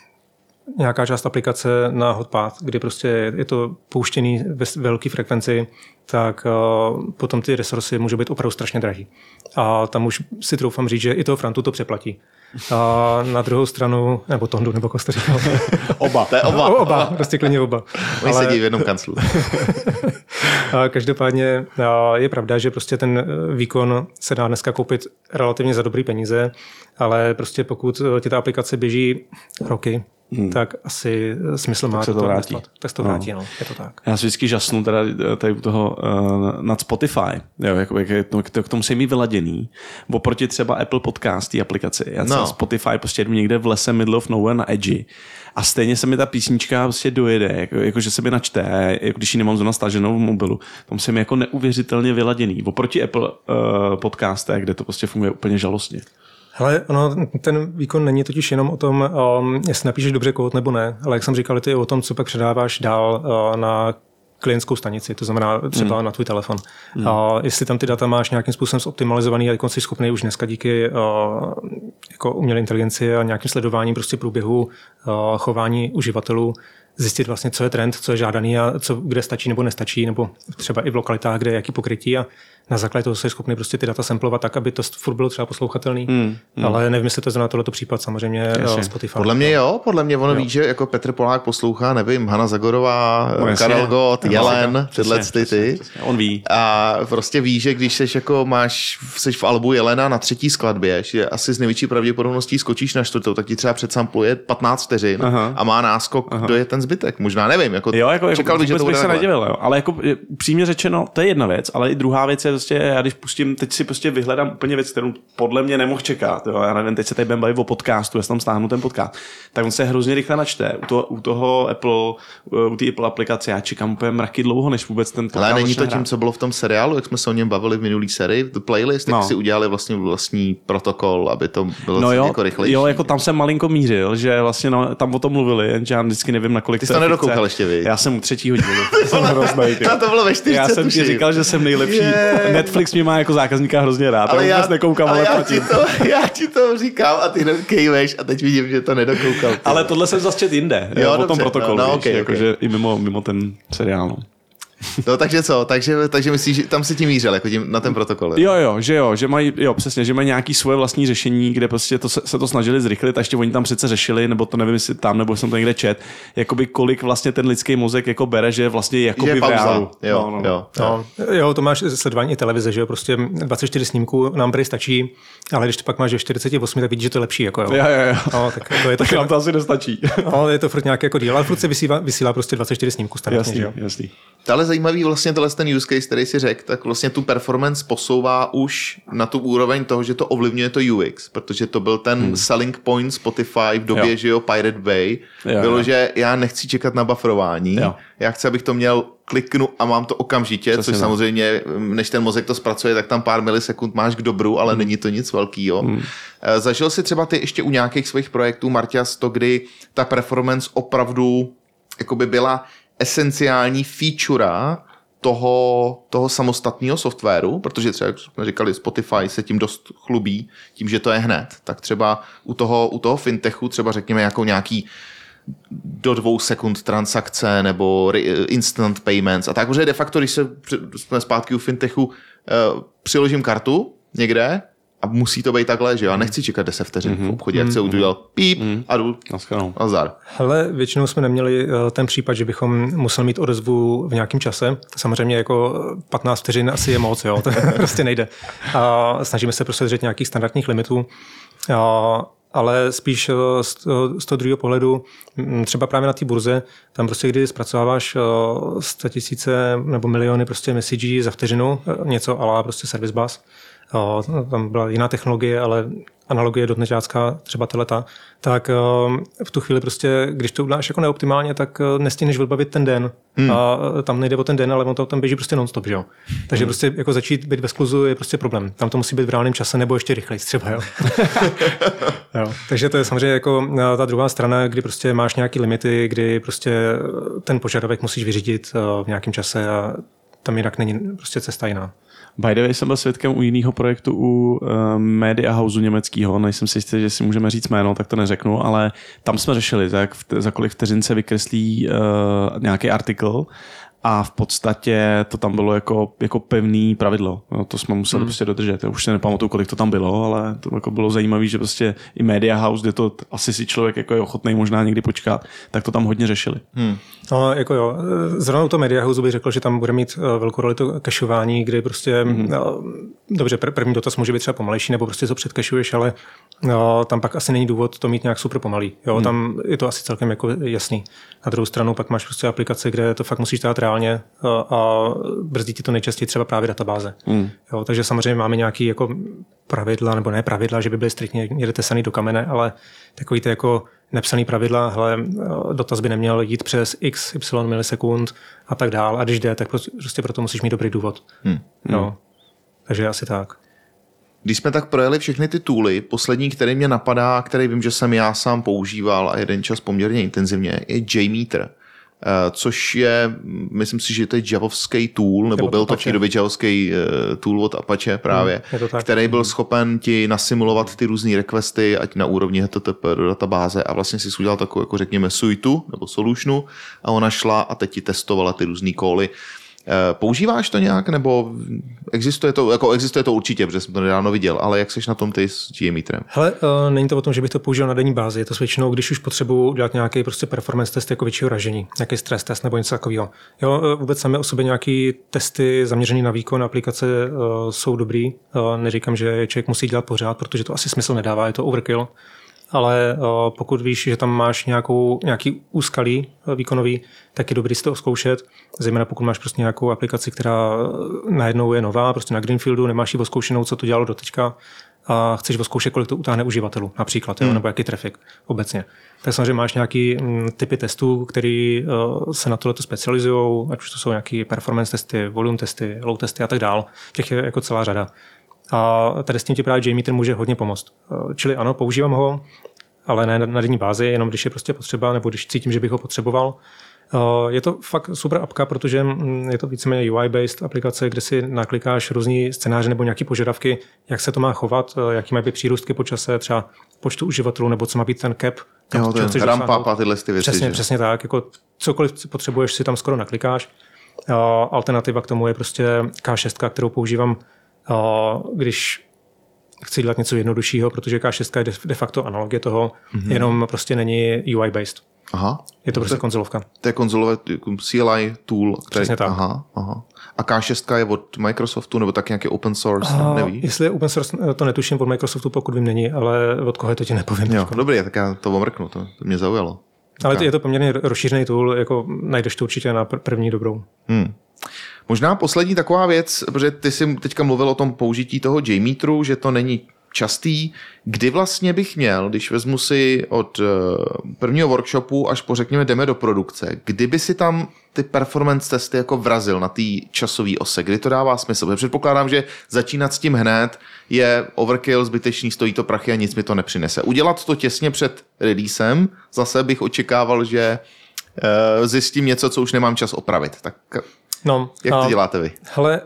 nějaká část aplikace na hotpath, kdy prostě je to pouštěný ve velké frekvenci, tak potom ty resursy můžou být opravdu strašně drahý. A tam už si troufám říct, že i toho frontu to přeplatí. A na druhou stranu, nebo Tondu, nebo Kosta říkal. Oba. To je oba. Oba, prostě klidně oba. Oni sedí v jednom kanclu. Každopádně je pravda, že prostě ten výkon se dá dneska koupit relativně za dobrý peníze, ale prostě pokud ti ta aplikace běží roky, tak asi smysl má to vrátí. Tak se to vrátí, no. Je to tak. Já si vždycky žasnu teda tady u toho nad Spotify, jo, jak to musí mít vyladěný, oproti třeba Apple Podcast, té aplikaci. Já Spotify prostě jdu někde v lese middle of nowhere na edži a stejně se mi ta písnička prostě dojede, jako že se mi načte, jako když ji nemám zrovna staženou v mobilu. Tam se mi jako neuvěřitelně vyladěný. Oproti Apple Podcastech, kde to prostě funguje úplně žalostně. Hele, ten výkon není totiž jenom o tom, jestli napíšeš dobře kód nebo ne, ale jak jsem říkal, ty o tom, co pak předáváš dál na klientskou stanici, to znamená třeba na tvůj telefon. Jestli tam ty data máš nějakým způsobem zoptimalizovaný a jsi schopný už dneska díky jako umělé inteligenci a nějakým sledováním prostě průběhu chování uživatelů zjistit vlastně, co je trend, co je žádaný a co kde stačí nebo nestačí, nebo třeba i v lokalitách, kde je jaký pokrytí a na základě toho jsi schopný prostě ty data samplovat tak, aby to furt bylo třeba poslouchatelný. Ale nevím, jestli to znamená tohleto případ samozřejmě Spotify. Podle mě ono ví, že jako Petr Polák poslouchá, nevím, Hana Zagorová, Karel Gott, Jelen, ty. On ví. A prostě ví, že když seš v albu Jelena na 3. skladbě, že asi z největší pravděpodobností skočíš na 4., tak ti třeba předsampluje 15 vteřin a má náskok, kdo je ten zbytek. Možná nevím, čekal bych, že to bude se nedivil, jo. Ale jako přímě řečeno, to je jedna věc, ale i druhá věc je prostě, já když pustím, teď si prostě vyhledám úplně věc, kterou podle mě nemohl čekat. Jo. Já nevím, teď se tady budeme bavit o podcastu, já tam stáhnu ten podcast. Tak on se hrozně rychle načte. U toho Apple, u té Apple aplikace, já čekám úplně mraky dlouho, než vůbec ten podcast. Ale není to tím, co bylo v tom seriálu, jak jsme se o něm bavili v minulý sérii, The Playlist, tak si udělali vlastně vlastní protokol, aby to bylo jako rychlejší. Jo, jako tam jsem malinko mířil, že vlastně tam o tom mluvili, jenže já vždycky nevím, na kolik. Ty jsi to nedokoukal ještě, vy. Já jsem u 3. hodiny. Jsem hrozný. To bylo ve 40. Já jsem ti říkal, že jsem nejlepší. Netflix mě má jako zákazníka hrozně rád. Ale já vůbec nekoukám, ale já ti to říkám a ty kejveš a teď vidím, že to nedokoukal. Ale tohle jsem zase čet jinde. O tom protokolu. Okay. Jakože i mimo ten seriál. No takže co? Takže myslíš, že tam si tím mířil, jako tím, na ten protokol? Že mají nějaký svoje vlastní řešení, kde prostě se to snažili zrychlit a ještě oni tam přece řešili, nebo to nevím, jestli tam, nebo jsem to někde čet, jakoby kolik vlastně ten lidský mozek jako bere, že vlastně jakoby v reálu. Jo, to máš sledování televize, že jo, prostě 24 snímků nám prý stačí, ale když to pak máš 48, tak vidíš, že to je lepší, jako jo. Jo. No, tak nám to asi nestačí. No, je to furt nějaký jako díl, ale furt se vysílá prostě 24 snímků standardně, že jo. Jasný. Ale zajímavý vlastně ten use case, který si řekl, tak vlastně tu performance posouvá už na tu úroveň toho, že to ovlivňuje to UX, protože to byl ten selling point Spotify v době, že jo, Pirate Bay. Bylo, že já nechci čekat na bufferování, já chci, abych to měl, kliknu a mám to okamžitě, přesně, což samozřejmě, než ten mozek to zpracuje, tak tam pár milisekund máš k dobru, ale není to nic velkýho. Zažil si třeba ty ještě u nějakých svých projektů, Marťas, to, kdy ta performance opravdu jakoby byla esenciální feature toho samostatného softwaru, protože třeba, jak jsme říkali, Spotify se tím dost chlubí, tím, že to je hned. Tak třeba u toho fintechu třeba řekněme jako nějaký do 2 sekund transakce nebo instant payments a tak, protože de facto, když jsme zpátky u fintechu, přiložím kartu někde a musí to být takhle, že já nechci čekat 10 vteřin v obchodě, jak se udělal píp a jdu nazdar. Hele, většinou jsme neměli ten případ, že bychom museli mít odezvu v nějakém čase. Samozřejmě jako 15 vteřin asi je moc, jo, to prostě nejde. A snažíme se prostě držet nějakých standardních limitů. Ale spíš z toho druhého pohledu, třeba právě na té burze, tam prostě, kdy zpracováváš 100 000 nebo miliony prostě messagí za vteřinu, něco ala prostě service bus, tam byla jiná technologie, ale analogie dotneťácká, třeba teleta, tak v tu chvíli prostě, když to uděláš jako neoptimálně, tak nestihneš vybavit ten den. A tam nejde o ten den, ale on to tam běží prostě non-stop, že jo. Takže prostě jako začít být ve skluzu je prostě problém. Tam to musí být v reálném čase nebo ještě rychleji třeba, jo. Jo. Takže to je samozřejmě jako ta druhá strana, kdy prostě máš nějaký limity, kdy prostě ten požadavek musíš vyřídit v nějakém čase a tam jinak není prostě cesta jiná. By the way, jsem byl svědkem u jiného projektu u Media Houseu německého, nejsem si jistý, že si můžeme říct jméno, tak to neřeknu, ale tam jsme řešili, za kolik vteřin se vykreslí nějaký artikl a v podstatě to tam bylo jako pevný pravidlo. No, to jsme museli prostě dodržet. Já už se nepamatuju, kolik to tam bylo, ale to jako bylo zajímavé, že prostě i Media House, kde to asi si člověk jako je ochotný možná někdy počkat, tak to tam hodně řešili. No, jako jo. Zrovna u toho Media Houseu bych řekl, že tam bude mít velkou roli to cacheování, kdy prostě dobře, první dotaz může být třeba pomalejší, nebo prostě to předcacheuješ, ale tam pak asi není důvod to mít nějak super pomalý. Jo, tam je to asi celkem jako jasný. Na druhou stranu pak máš prostě aplikace, kde to fakt musíš dát reálně a brzdí ti to nejčastěji třeba právě databáze. Jo, takže samozřejmě máme nějaký jako pravidla, nebo ne pravidla, že by byly striktně někde tesaný do kamene, ale takový ty jako nepsaný pravidla, hele, dotaz by neměl jít přes x, y milisekund a tak dál. A když jde, tak prostě proto musíš mít dobrý důvod. No. Takže asi tak. Když jsme tak projeli všechny ty tooly, poslední, který mě napadá, který vím, že jsem já sám používal a jeden čas poměrně intenzivně, je JMeter, což je, myslím si, že to je javovský tool, nebo byl to v té době javovský tool od Apache právě, který byl schopen ti nasimulovat ty různé requesty, ať na úrovni HTTP do databáze a vlastně si udělal takovou, jako řekněme, suitu nebo solutionu a ona šla a teď ti testovala ty různé cally. Používáš to nějak, nebo existuje to určitě, protože jsem to nedávno viděl, ale jak seš na tom ty s JMeterem? Hele, není to o tom, že bych to použil na denní bázi, je to většinou, když už potřebuji dělat nějaký prostě performance test jako většího ražení, nějaký stres test nebo něco takového. Jo, vůbec samé o sobě nějaký testy zaměřený na výkon aplikace jsou dobrý. Neříkám, že člověk musí dělat pořád, protože to asi smysl nedává, je to overkill. Ale pokud víš, že tam máš nějaký úskalí výkonový, tak je dobrý si to zkoušet, zejména pokud máš prostě nějakou aplikaci, která najednou je nová, prostě na Greenfieldu, nemáš ji oskoušenou, co to dělalo doteďka a chceš oskoušet, kolik to utáhne uživatelů, například, jo, nebo jaký trafik obecně. Tak samozřejmě máš nějaký typy testů, které se na tohleto specializují, ať už to jsou nějaké performance testy, volume testy, load testy a tak dál. Těch je jako celá řada. A tady s tím ti právě JMeter může hodně pomoct. Čili ano, používám ho, ale ne na denní bázi, jenom když je prostě potřeba, nebo když cítím, že bych ho potřeboval. Je to fakt super apka, protože je to víceméně UI-based aplikace, kde si naklikáš různý scénáře nebo nějaké požadavky, jak se to má chovat, jaký mají být přírůstky po čase, třeba počtu uživatelů, nebo co má být ten cap. Jo, ten ramp up a tyhle ty věci. Přesně tak. Jako cokoliv potřebuješ, si tam skoro naklikáš. Alternativa k tomu je prostě K6, kterou používám, když chci dělat něco jednoduššího, protože K6 je de facto analogie toho, jenom prostě není UI-based. Aha. Je to prostě konzolovka. To je konzolové CLI tool. Přesně tak. Aha. A K6 je od Microsoftu nebo tak nějaký open source, neví? Jestli je open source, to netuším, od Microsoftu, pokud vím, není, ale od koho je to ti nepovím. Jo, dobrý, tak já to omrknu, to mě zaujalo. Ale je to poměrně rozšířený tool, jako najdeš to určitě na první dobrou. Možná poslední taková věc, protože ty jsi teďka mluvil o tom použití toho JMeteru, že to není častý. Kdy vlastně bych měl, když vezmu si od prvního workshopu až po řekněme jdeme do produkce, kdyby si tam ty performance testy jako vrazil na té časové ose, kdy to dává smysl? Protože předpokládám, že začínat s tím hned je overkill, zbytečný, stojí to prachy a nic mi to nepřinese. Udělat to těsně před releasem, zase bych očekával, že zjistím něco, co už nemám čas opravit. Tak jak to děláte vy? Hele,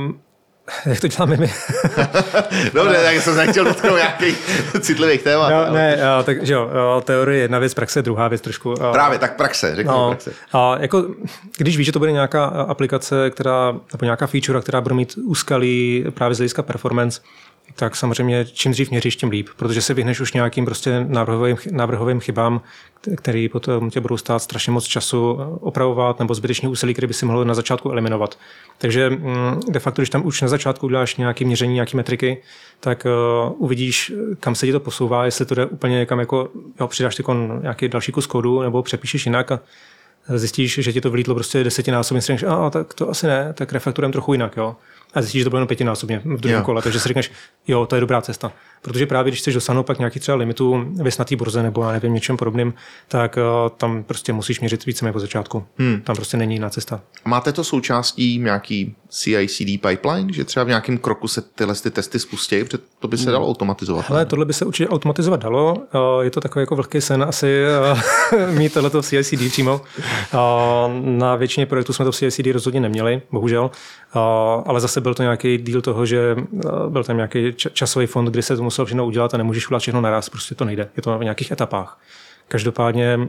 jak to děláme my? Dobře, tak jsem se nechtěl dotknout nějakých citlivých témat. No, ne, takže jo, teorie je jedna věc, praxe druhá věc trošku. Právě, tak praxe, řeknu praxe. Jako, když víš, že to bude nějaká aplikace, nebo nějaká feature, která bude mít úskalí právě z hlediska performance, tak samozřejmě čím dřív měříš, tím líp, protože se vyhneš už nějakým prostě návrhovým chybám, který potom tě budou stát strašně moc času opravovat nebo zbytečný úsilí, který by si mohl na začátku eliminovat. Takže de facto, když tam už na začátku uděláš nějaké měření, nějaké metriky, tak uvidíš, kam se ti to posouvá, jestli to jde úplně někam jako, přidáš ty nějaký další kus kódu nebo přepíšeš jinak a zjistíš, že ti to vlítlo prostě 10násobně, si řekneš, tak to asi ne, tak refaktorujeme trochu jinak, jo. A zjistíš, že to bylo jenom 5násobně v druhém kole, takže si řekneš, jo, to je dobrá cesta. Protože právě když chceš dosáhnout pak nějaký třeba limitu vysnatý burze nebo já nevím, něčem podobným, tak tam prostě musíš měřit více po začátku. Tam prostě není jiná cesta. Máte to součástí nějaký CI/CD pipeline, že třeba v nějakém kroku se tyhle testy spustí, protože to by se dalo automatizovat? Ale tohle by se určitě automatizovat dalo. Je to takový jako vlhký sen asi mít tohleto CI/CD přímo. Na většině projektů jsme to CI/CD rozhodně neměli, bohužel. Ale zase byl to nějaký díl toho, že byl tam nějaký časový fond, kdy se to muselo všechno udělat a nemůžeš udělat všechno naraz, prostě to nejde. Je to v nějakých etapách. Každopádně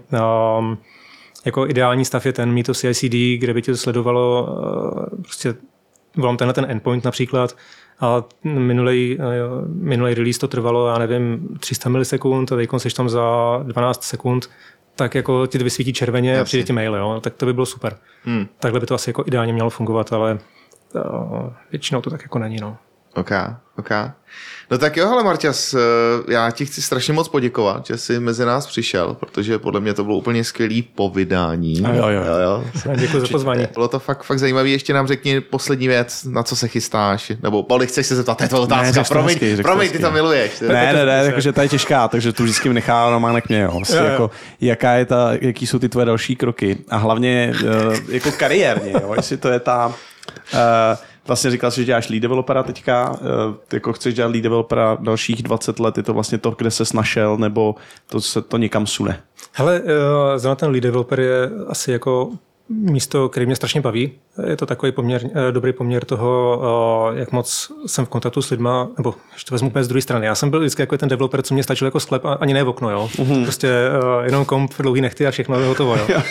jako ideální stav je ten mít to CI/CD, kde by ti to sledovalo, prostě volám tenhle ten endpoint například, a minulý release to trvalo, já nevím, 300 milisekund a teď jsi tam za 12 sekund, tak jako ti to vysvítí červeně a přijde ti mail, jo? Tak to by bylo super. Takhle by to asi jako ideálně mělo fungovat, ale většinou to tak jako není. No. OK. No tak jo, hele Marťas, já ti chci strašně moc poděkovat, že jsi mezi nás přišel, protože podle mě to bylo úplně skvělý povídání. Jo. Děkuji za pozvání. Bylo to fakt zajímavé. Ještě nám řekni poslední věc, na co se chystáš, nebo Pali, chceš se zeptat, to je tvá otázka, promiň, ty to miluješ. Ne, jakože ta je těžká, takže tu vždycky nechá Románek mě, jo. Vlastně jako, jaký jsou ty tvoje další kroky a hlavně jako kariérně, jo, jestli to je ta... Vlastně říkal jsi, že děláš lead developera teďka, jako chceš dělat lead developera dalších 20 let, je to vlastně to, kde ses našel, nebo to se to někam sune? Hele, zrovna ten lead developer je asi jako místo, který mě strašně baví. Je to takový dobrý poměr toho, jak moc jsem v kontaktu s lidma, nebo ještě to vezmu úplně z druhé strany. Já jsem byl vždycky jako ten developer, co mě stačil jako sklep, ani ne v okno, jo. Prostě jenom komp, dlouhý nechty a všechno je hotovo, jo.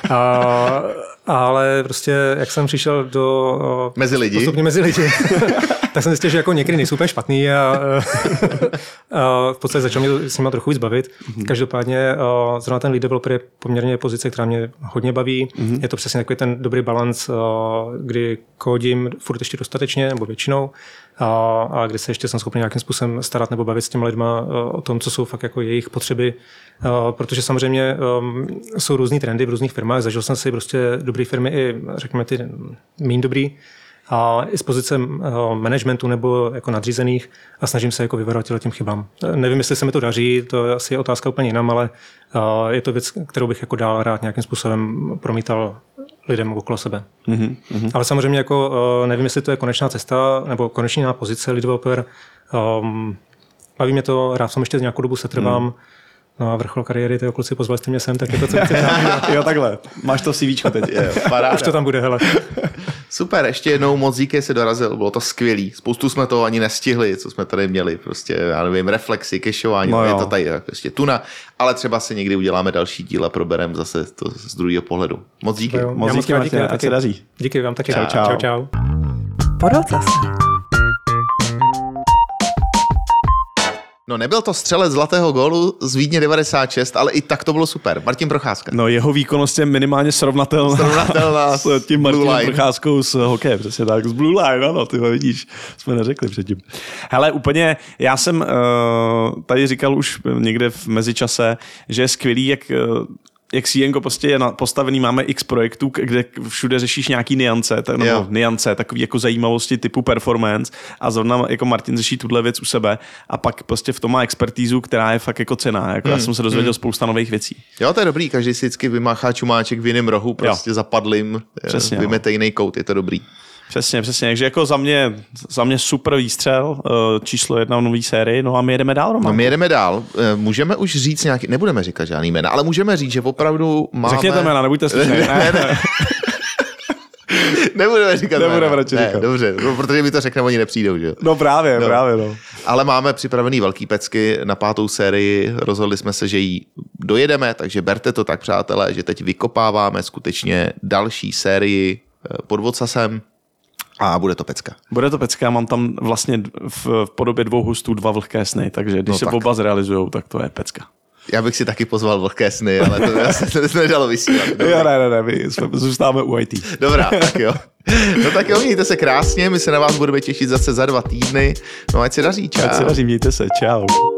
Ale prostě, jak jsem přišel postupně mezi lidi, tak jsem zjistil, že jako někdy nejsou úplně špatný a v podstatě začal mě to s nima trochu víc bavit. Každopádně zrovna ten lead developer je poměrně pozice, která mě hodně baví. Je to přesně takový ten dobrý balans, kdy kódím furt ještě dostatečně nebo většinou a kdy se ještě jsem schopný nějakým způsobem starat nebo bavit s těmi lidma o tom, co jsou fakt jako jejich potřeby. Protože samozřejmě jsou různý trendy v různých firmách. Zažil jsem si prostě dobré firmy i řekněme ty méně dobrý. A i z pozice managementu nebo jako nadřízených a snažím se jako vyvarovat těm chybám. Nevím, jestli se mi to daří, to je asi otázka úplně jinam, ale je to věc, kterou bych jako dál rád nějakým způsobem promítal lidem okolo sebe. Ale samozřejmě jako nevím, jestli to je konečná cesta nebo konečná pozice lead developer. Baví mě to, rád jsem ještě nějakou dobu setrvám. No a vrchol kariéry, ty kluci, pozvali jste mě sem, tak je to, co chci. Jo, takhle. Máš to v CVčku teď. Už to tam bude, hele. Super, ještě jednou moc díky, se dorazil, bylo to skvělý. Spoustu jsme toho ani nestihli, co jsme tady měli, prostě, já nevím, reflexy, kešování, je to tady prostě tuna, ale třeba si někdy uděláme další díl a probereme zase to z druhého pohledu. Moc díky. Moc díky, Martin, ať se daří. Díky vám taky. Čau. Podvod zase. No nebyl to střelec zlatého gólu z Vídně 96, ale i tak to bylo super. Martin Procházka. No jeho výkonnost je minimálně srovnatelná s tím Martinem Procházkou z hokeje, přesně tak, z Blue Line, ano, ty ho vidíš, jsme neřekli předtím. Hele, úplně, já jsem tady říkal už někde v mezičase, že je skvělý, jak CNko prostě je postavený, máme x projektů, kde všude řešíš nějaký niance, takový jako zajímavosti typu performance a zrovna jako Martin řeší tuhle věc u sebe a pak prostě v tom má expertízu, která je fakt jako cenná. Jako já jsem se dozvěděl spousta nových věcí. Jo, to je dobrý, každý si vždycky vymáchá čumáček v jiném rohu, prostě zapadlým, vymete jiný kout, je to dobrý. Přesně, takže jako za mě super výstřel, číslo 1 v nový sérii, no a my jedeme dál, Roman. No my jedeme dál, můžeme už říct nějaký, nebudeme říkat žádný jména, ale můžeme říct, že opravdu máme... Řekněte jména, nebuďte slušný. Ne. Nebudeme říkat jména. Ne, dobře, protože mi to řekneme, oni nepřijdou, že jo? No právě. Ale máme připravený velký pecky na 5. sérii, rozhodli jsme se, že ji dojedeme, takže berte to tak, přátelé, že teď vykopáváme skutečně další sérii Podvod zase. A bude to pecka. Bude to pecka, mám tam vlastně v podobě 2 hostů 2 vlhké sny, takže když se oba zrealizujou, tak to je pecka. Já bych si taky pozval vlhké sny, ale to nedalo vysílat. Jo, ne, my zůstáváme u IT. Dobrá, tak jo. No tak jo, mějte se krásně, my se na vás budeme těšit zase za 2 týdny. No ať se daří, čau. Ať se daří, mějte se, čau.